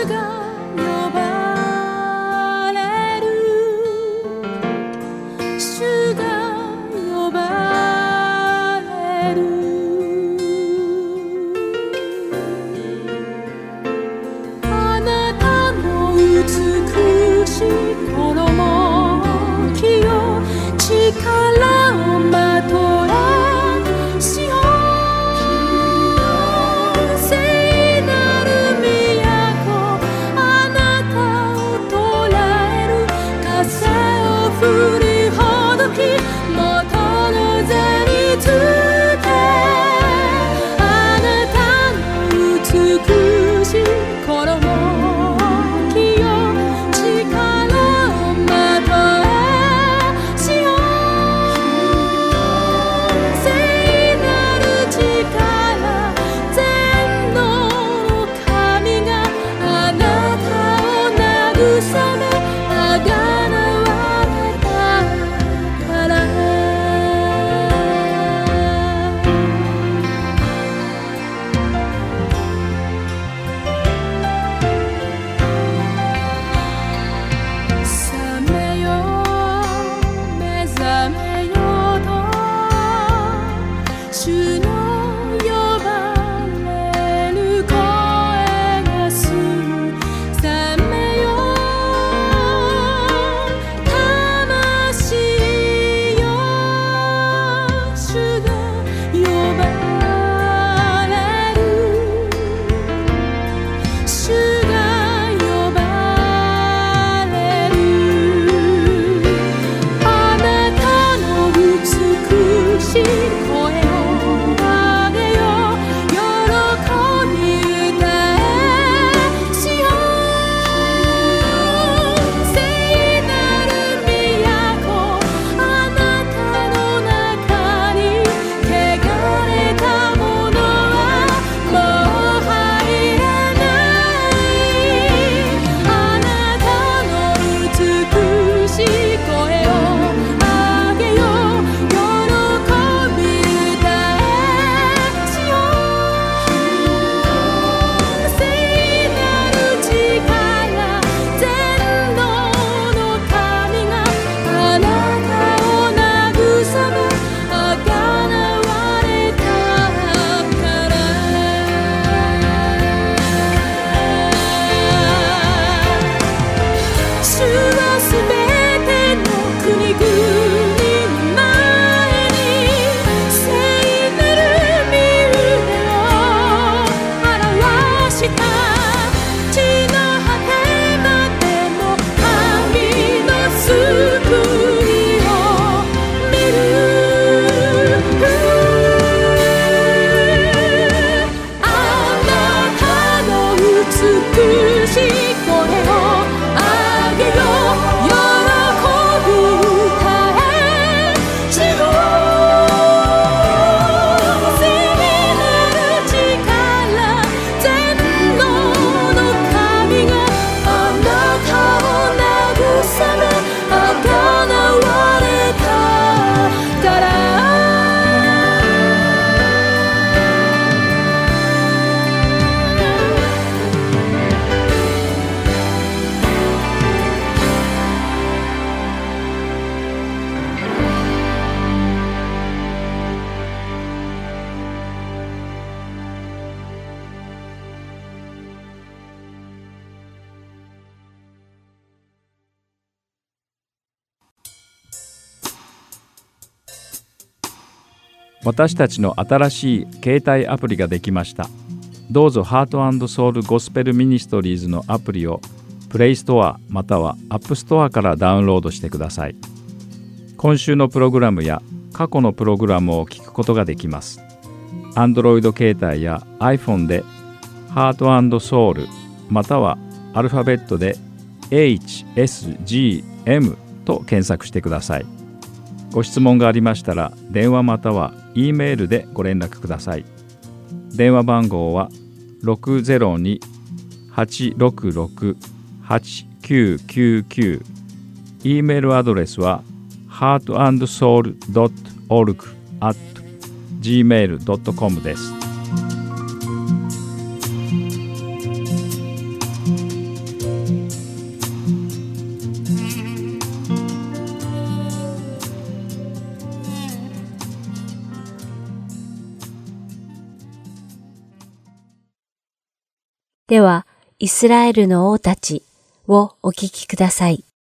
私たちの新しい携帯アプリができました。どうぞハート&ソウルゴスペルミニストリーズのアプリをプレイストアまたはアップストアからダウンロードしてください。今週のプログラムや過去のプログラムを聞くことができます。Android 携帯や iPhone でハート&ソウルまたはアルファベットで エイチエスジーエム と検索してください。ご質問がありましたら電話または E メールでご連絡ください。電話番号は ろくゼロに はちろくろく はちきゅうきゅうきゅう E メールアドレスは ハートアンドソウルドットオルグ アット ジーメールドットコム です。 では、イスラエルの王たちをお聞きください。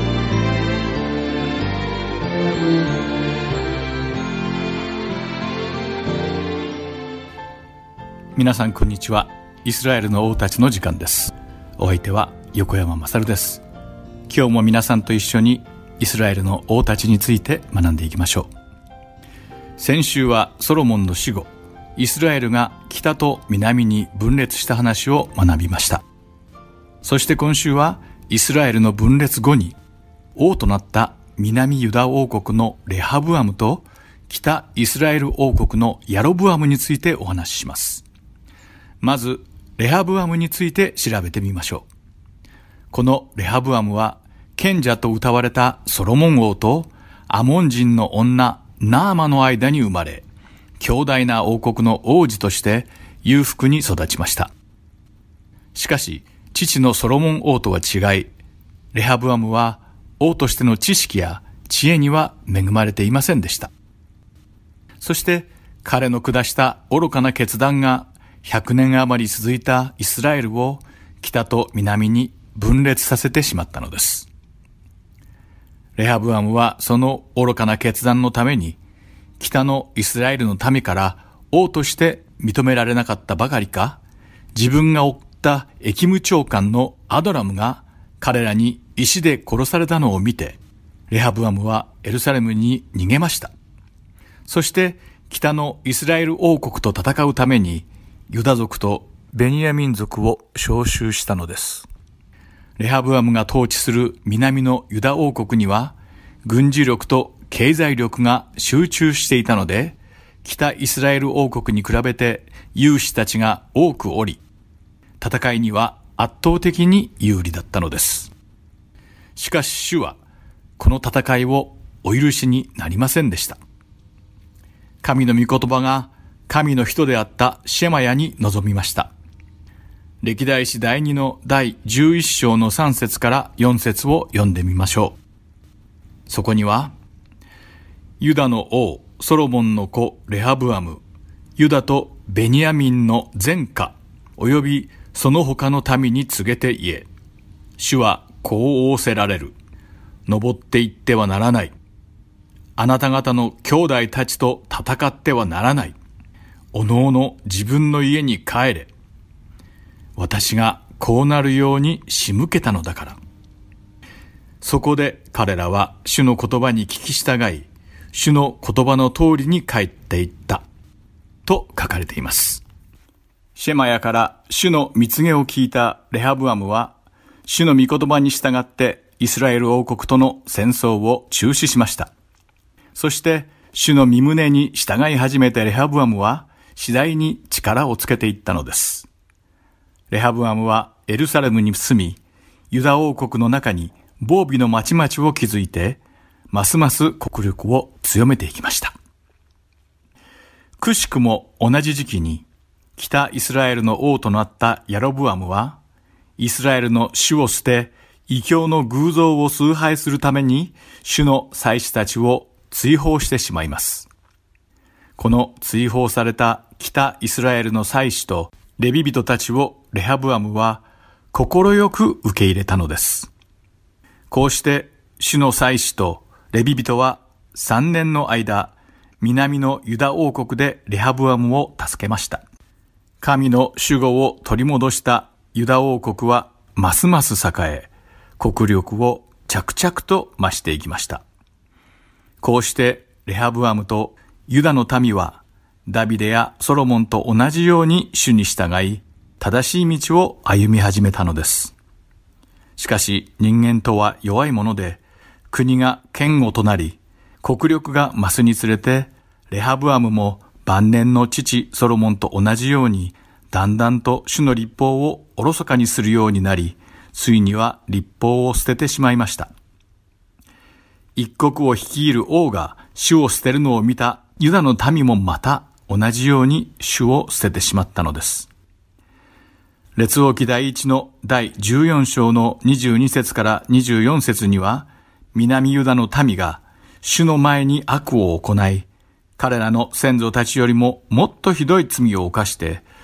皆さんこんにちは。イスラエルの王たちの時間です。お相手は横山まさるです。今日も皆さんと一緒にイスラエルの王たちについて学んでいきましょう。先週はソロモンの死後、イスラエルが北と南に分裂した話を学びました。そして今週はイスラエルの分裂後に王となった南ユダ王国のレハブアムと北イスラエル王国のヤロブアムについてお話しします。まずレハブアムについて調べてみましょう。このレハブアムは賢者と謳われたソロモン王とアモン人の女ナーマの間に生まれ、強大な王国の王子として裕福に育ちました。しかし父のソロモン王とは違い、レハブアムは王としての知識や知恵には恵まれていませんでした。そして彼の下した愚かな決断がひゃくねん余り続いたイスラエルを北と南に分裂させてしまったのです。レハブアムはその愚かな決断のために北のイスラエルの民から王として認められなかったばかりか、自分が追った役務長官のアドラムが彼らに石で殺されたのを見て、レハブアムはエルサレムに逃げました。そして北のイスラエル王国と戦うためにユダ族とベニヤミン族を召集したのです。レハブアムが統治する南のユダ王国には軍事力と経済力が集中していたので、北イスラエル王国に比べて勇士たちが多くおり、戦いには圧倒的に有利だったのです。しかし主はこの戦いをお許しになりませんでした。神の御言葉が神の人であったシェマヤに臨みました。歴代史第二の第十一章の三節から四節を読んでみましょう。そこには、ユダの王ソロモンの子レハブアム、ユダとベニヤミンの全家およびその他の民に告げて言え、主はこう仰せられる。登っていってはならない。あなた方の兄弟たちと戦ってはならない。おのおの自分の家に帰れ。私がこうなるように仕向けたのだから。そこで彼らは主の言葉に聞き従い、主の言葉の通りに帰っていった。と書かれています。シェマヤから主の蜜げを聞いたレハブアムは、主の御言葉に従ってイスラエル王国との戦争を中止しました。そして主の御旨に従い始めてレハブアムは次第に力をつけていったのです。レハブアムはエルサレムに住み、ユダ王国の中に防備の町々を築いて、ますます国力を強めていきました。くしくも同じ時期に、北イスラエルの王となったヤロブアムは、イスラエルの主を捨て、異教の偶像を崇拝するために、主の祭司たちを追放してしまいます。この追放された北イスラエルの祭司とレビ人たちをレハブアムは快く受け入れたのです。こうして主の祭司とレビ人はさんねんの間、南のユダ王国でレハブアムを助けました。神の守護を取り戻したユダ王国はますます栄え、国力を着々と増していきました。こうしてレハブアムとユダの民はダビデやソロモンと同じように主に従い、正しい道を歩み始めたのです。しかし人間とは弱いもので、国が堅固となり、国力が増すにつれて、レハブアムも晩年の父ソロモンと同じように、だんだんと主の律法をおろそかにするようになり、ついには律法を捨ててしまいました。一国を率いる王が主を捨てるのを見たユダの民もまた同じように主を捨ててしまったのです。列王記第一の第じゅうよん章のにじゅうに節からにじゅうよん節には、南ユダの民が主の前に悪を行い、彼らの先祖たちよりももっとひどい罪を犯して、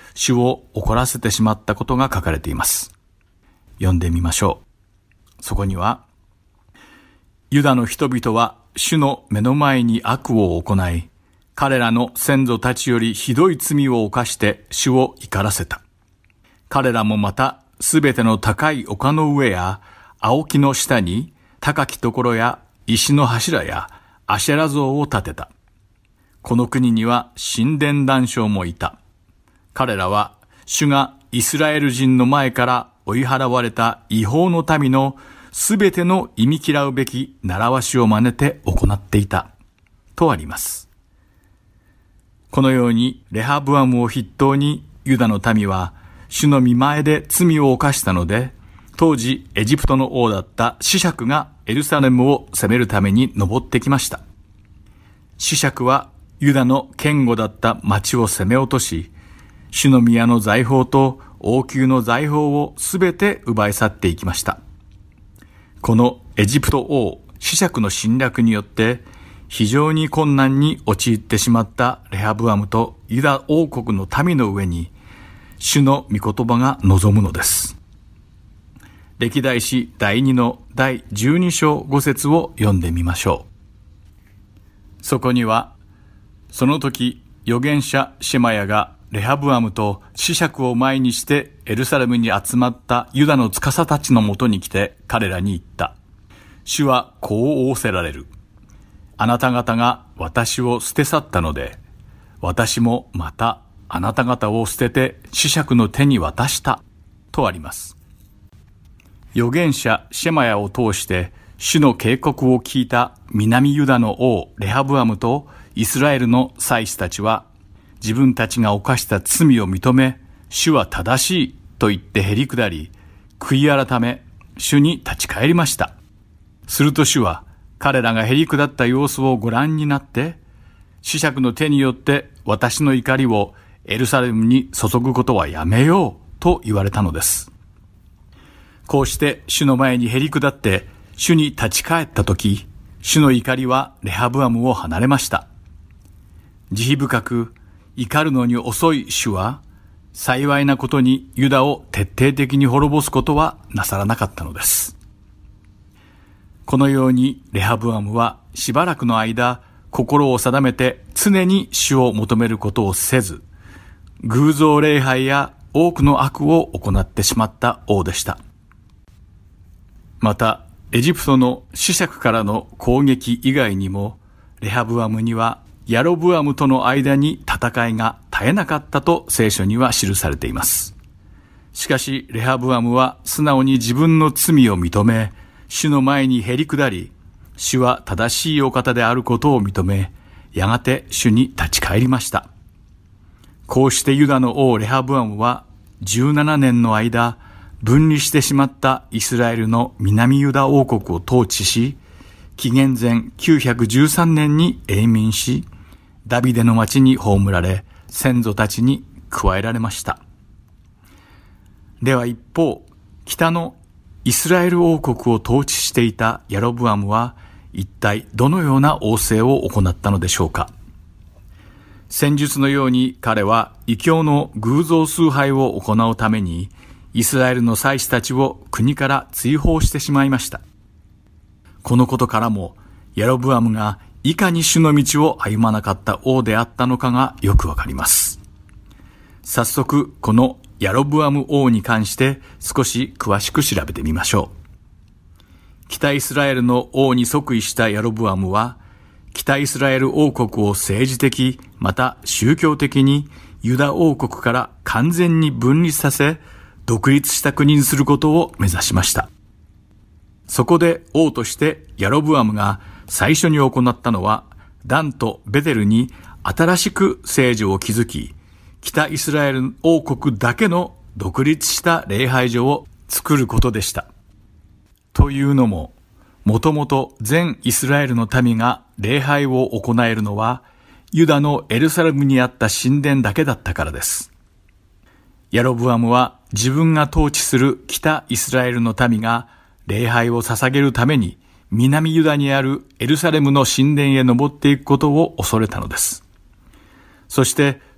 主を怒らせてしまったことが書かれています。読んでみましょう。そこには、ユダの人々は主の目の前に悪を行い、彼らの先祖たちよりひどい罪を犯して主を怒らせた。彼らもまたすべての高い丘の上や青木の下に高きところや石の柱やアシェラ像を建てた。この国には神殿男将もいた。彼らは主がイスラエル人の前から追い払われた違法の民のすべての忌み嫌うべき習わしを真似て行っていた。とあります。このようにレハブアムを筆頭にユダの民は主の御前で罪を犯したので、当時エジプトの王だったシシャクがエルサレムを攻めるために登ってきました。シシャクはユダの堅固だった町を攻め落とし、主の宮の財宝と王宮の財宝をすべて奪い去っていきました。このエジプト王シシャクの侵略によって非常に困難に陥ってしまったレハブアムとユダ王国の民の上に主の御言葉が望むのです。歴代史だいにのだいじゅうに章ご節を読んでみましょう。そこには、その時預言者シェマヤがレハブアムとシシャクを前にしてエルサレムに集まったユダの司たちのもとに来て彼らに言った。主はこう仰せられる。あなた方が私を捨て去ったので、私もまたあなた方を捨ててシシャクの手に渡したとあります。預言者シェマヤを通して主の警告を聞いた南ユダの王レハブアムとイスラエルの祭司たちは自分たちが犯した罪を認め、主は正しいと言ってへりくだり、悔い改め主に立ち返りました。すると主は彼らがへりくだった様子をご覧になって、シシャクの手によって私の怒りをエルサレムに注ぐことはやめようと言われたのです。こうして主の前にへりくだって主に立ち返ったとき、主の怒りはレハブアムを離れました。慈悲深く怒るのに遅い主は、幸いなことにユダを徹底的に滅ぼすことはなさらなかったのです。このようにレハブアムはしばらくの間、心を定めて常に主を求めることをせず、偶像礼拝や多くの悪を行ってしまった王でした。また、エジプトのシシャクからの攻撃以外にも、レハブアムにはヤロブアムとの間に戦いが絶えなかったと聖書には記されています。しかし、レハブアムは素直に自分の罪を認め、主の前にへりくだり、主は正しいお方であることを認め、やがて主に立ち返りました。こうしてユダの王レハブアムはじゅうななねんの間、分離してしまったイスラエルの南ユダ王国を統治し、紀元前きゅうひゃくじゅうさんねんに永眠し、ダビデの町に葬られ、先祖たちに加えられました。では一方、北のイスラエル王国を統治していたヤロブアムは、一体どのような王政を行ったのでしょうか。戦術のように彼は異教の偶像崇拝を行うために、イスラエルの祭司たちを国から追放してしまいました。このことからも、ヤロブアムがいかに主の道を歩まなかった王であったのかがよくわかります。早速、このヤロブアム王に関して少し詳しく調べてみましょう。北イスラエルの王に即位したヤロブアムは、北イスラエル王国を政治的、また宗教的にユダ王国から完全に分離させ、独立した国にすることを目指しました。そこで王としてヤロブアムが最初に行ったのは、ダンとベテルに新しく聖所を築き、北イスラエル王国だけの独立した礼拝所を作ることでした。というのも、もともと全イスラエルの民が礼拝を行えるのは、ユダのエルサレムにあった神殿だけだったからです。ヤロブアムは自分が統治する北イスラエルの民が礼拝を捧げるために南ユダにあるエルサレムの神殿へ登っていくことを恐れたのです。そして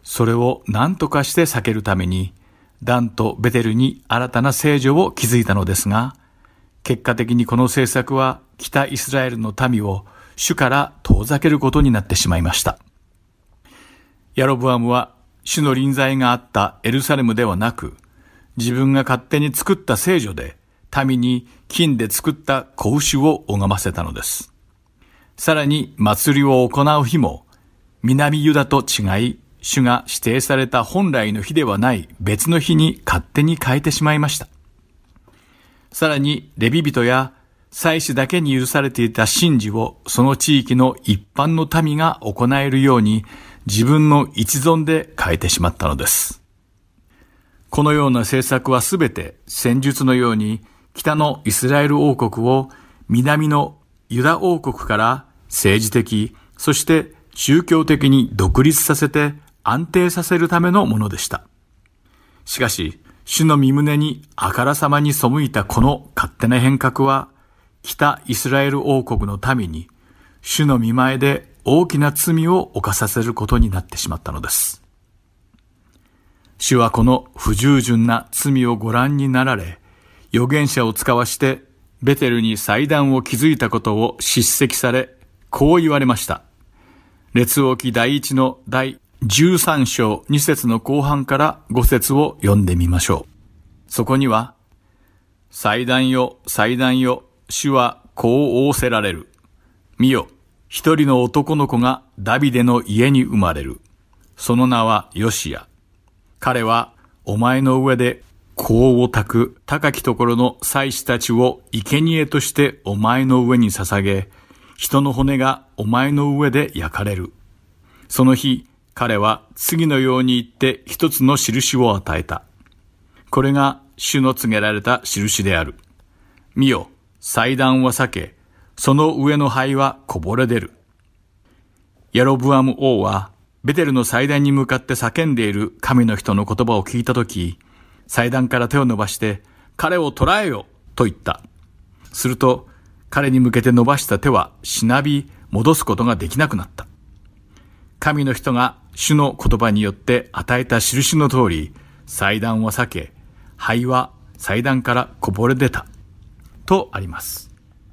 それを何とかして避けるために、ダンとベテルに新たな聖女を築いたのですが、結果的にこの政策は北イスラエルの民を主から遠ざけることになってしまいました。ヤロブアムは主の臨在があったエルサレムではなく、自分が勝手に作った聖女で民に金で作った子牛を拝ませたのです。さらに祭りを行う日も南ユダと違い、主が指定された本来の日ではない別の日に勝手に変えてしまいました。さらにレビ人や祭司だけに許されていた神事をその地域の一般の民が行えるように自分の一存で変えてしまったのです。このような政策はすべて戦術のように北のイスラエル王国を南のユダ王国から政治的、そして宗教的に独立させて安定させるためのものでした。しかし、主の御胸にあからさまに背いたこの勝手な変革は、北イスラエル王国の民に、主の御前で大きな罪を犯させることになってしまったのです。主はこの不従順な罪をご覧になられ、預言者を使わしてベテルに祭壇を築いたことを叱責され、こう言われました。列王記第一の第じゅうさん章に節の後半からご節を読んでみましょう。そこには、祭壇よ、祭壇よ、主はこう仰せられる。見よ、一人の男の子がダビデの家に生まれる。その名はヨシア。彼はお前の上で香を焚く高きところの祭司たちを生贄としてお前の上に捧げ、人の骨がお前の上で焼かれる。その日、彼は次のように言って一つの印を与えた。これが主の告げられた印である。見よ、祭壇は裂け、その上の灰はこぼれ出る。ヤロブアム王はベテルの祭壇に向かって叫んでいる神の人の言葉を聞いたとき、祭壇から手を伸ばして彼を捕らえよと言った。すると彼に向けて伸ばした手はしなび戻すことができなくなった。神の人が主の言葉によって与えた印の通り、祭壇は裂け、灰は祭壇からこぼれ出た。とあります。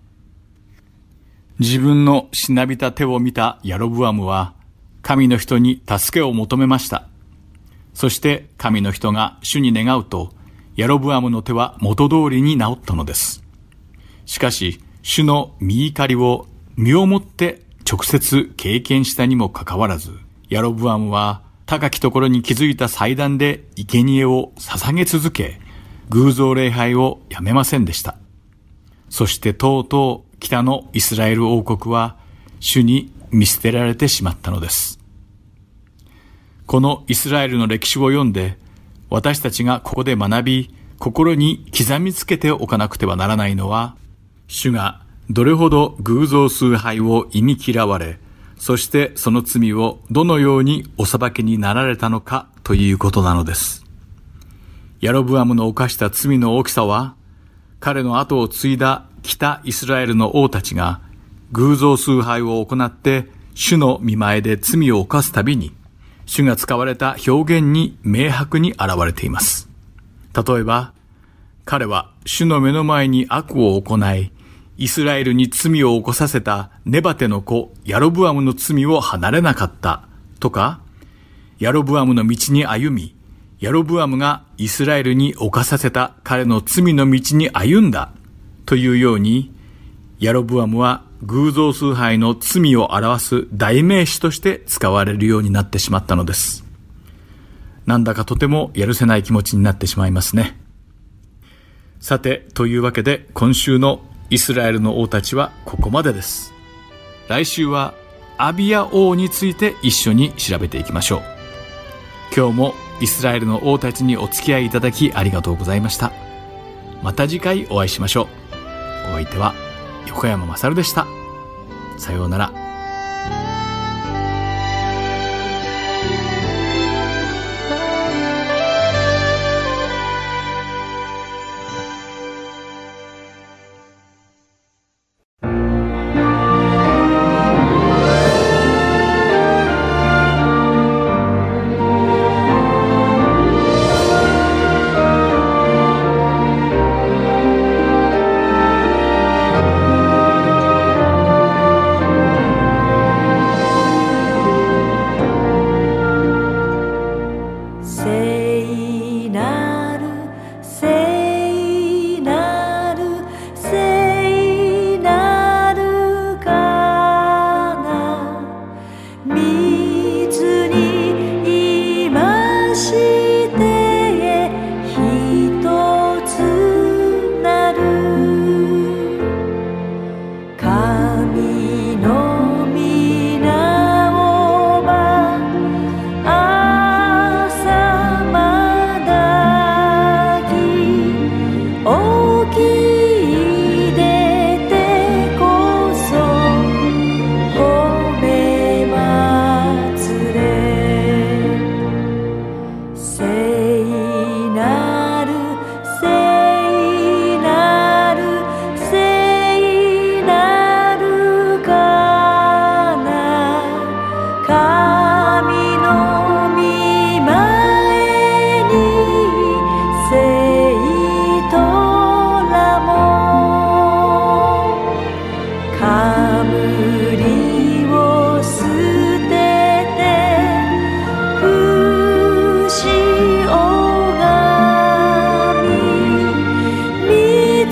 自分のしなびた手を見たヤロブアムは、神の人に助けを求めました。そして神の人が主に願うと、ヤロブアムの手は元通りに治ったのです。しかし、主の御怒りを身をもって直接経験したにもかかわらず、ヤロブアムは高きところに築いた祭壇で生贄を捧げ続け、偶像礼拝をやめませんでした。そしてとうとう北のイスラエル王国は主に見捨てられてしまったのです。このイスラエルの歴史を読んで、私たちがここで学び、心に刻みつけておかなくてはならないのは、主がどれほど偶像崇拝を忌み嫌われ、そしてその罪をどのようにお裁きになられたのかということなのです。ヤロブアムの犯した罪の大きさは、彼の後を継いだ北イスラエルの王たちが偶像崇拝を行って主の御前で罪を犯すたびに、主が使われた表現に明白に現れています。例えば、彼は主の目の前に悪を行い、イスラエルに罪を起こさせたネバテの子ヤロブアムの罪を離れなかったとか、ヤロブアムの道に歩み、ヤロブアムがイスラエルに犯させた彼の罪の道に歩んだというように、ヤロブアムは偶像崇拝の罪を表す代名詞として使われるようになってしまったのです。なんだかとてもやるせない気持ちになってしまいますね。さて、というわけで今週のイスラエルの王たちはここまでです。来週はアビヤ王について一緒に調べていきましょう。今日もイスラエルの王たちにお付き合いいただきありがとうございました。また次回お会いしましょう。お相手は横山まさるでした。さようなら。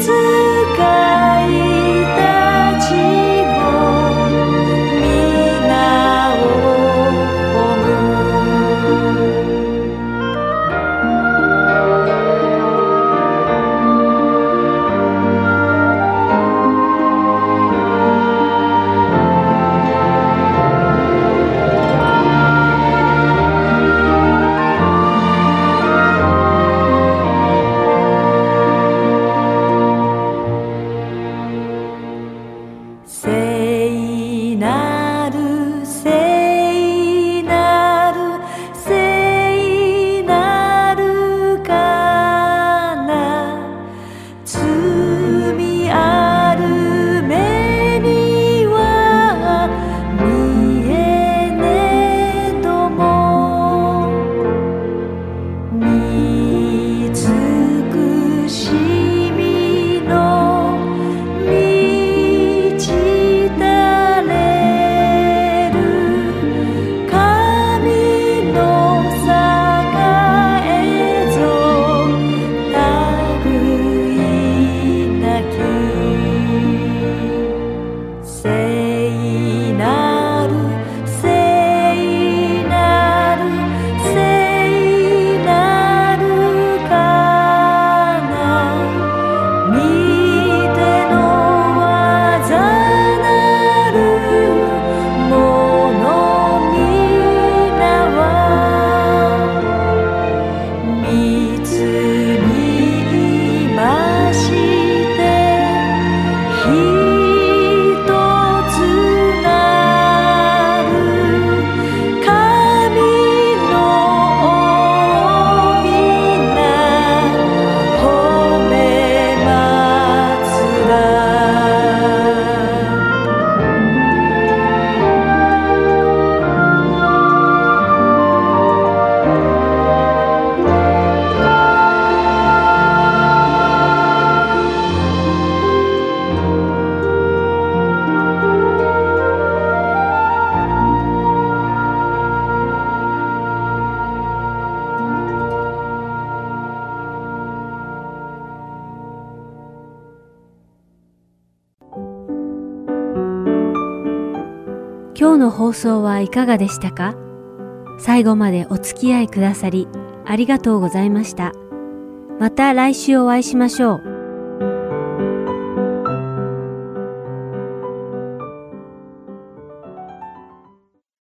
今日の放送はいかがでしたか？最後までお付き合いくださりありがとうございました。また来週お会いしましょう。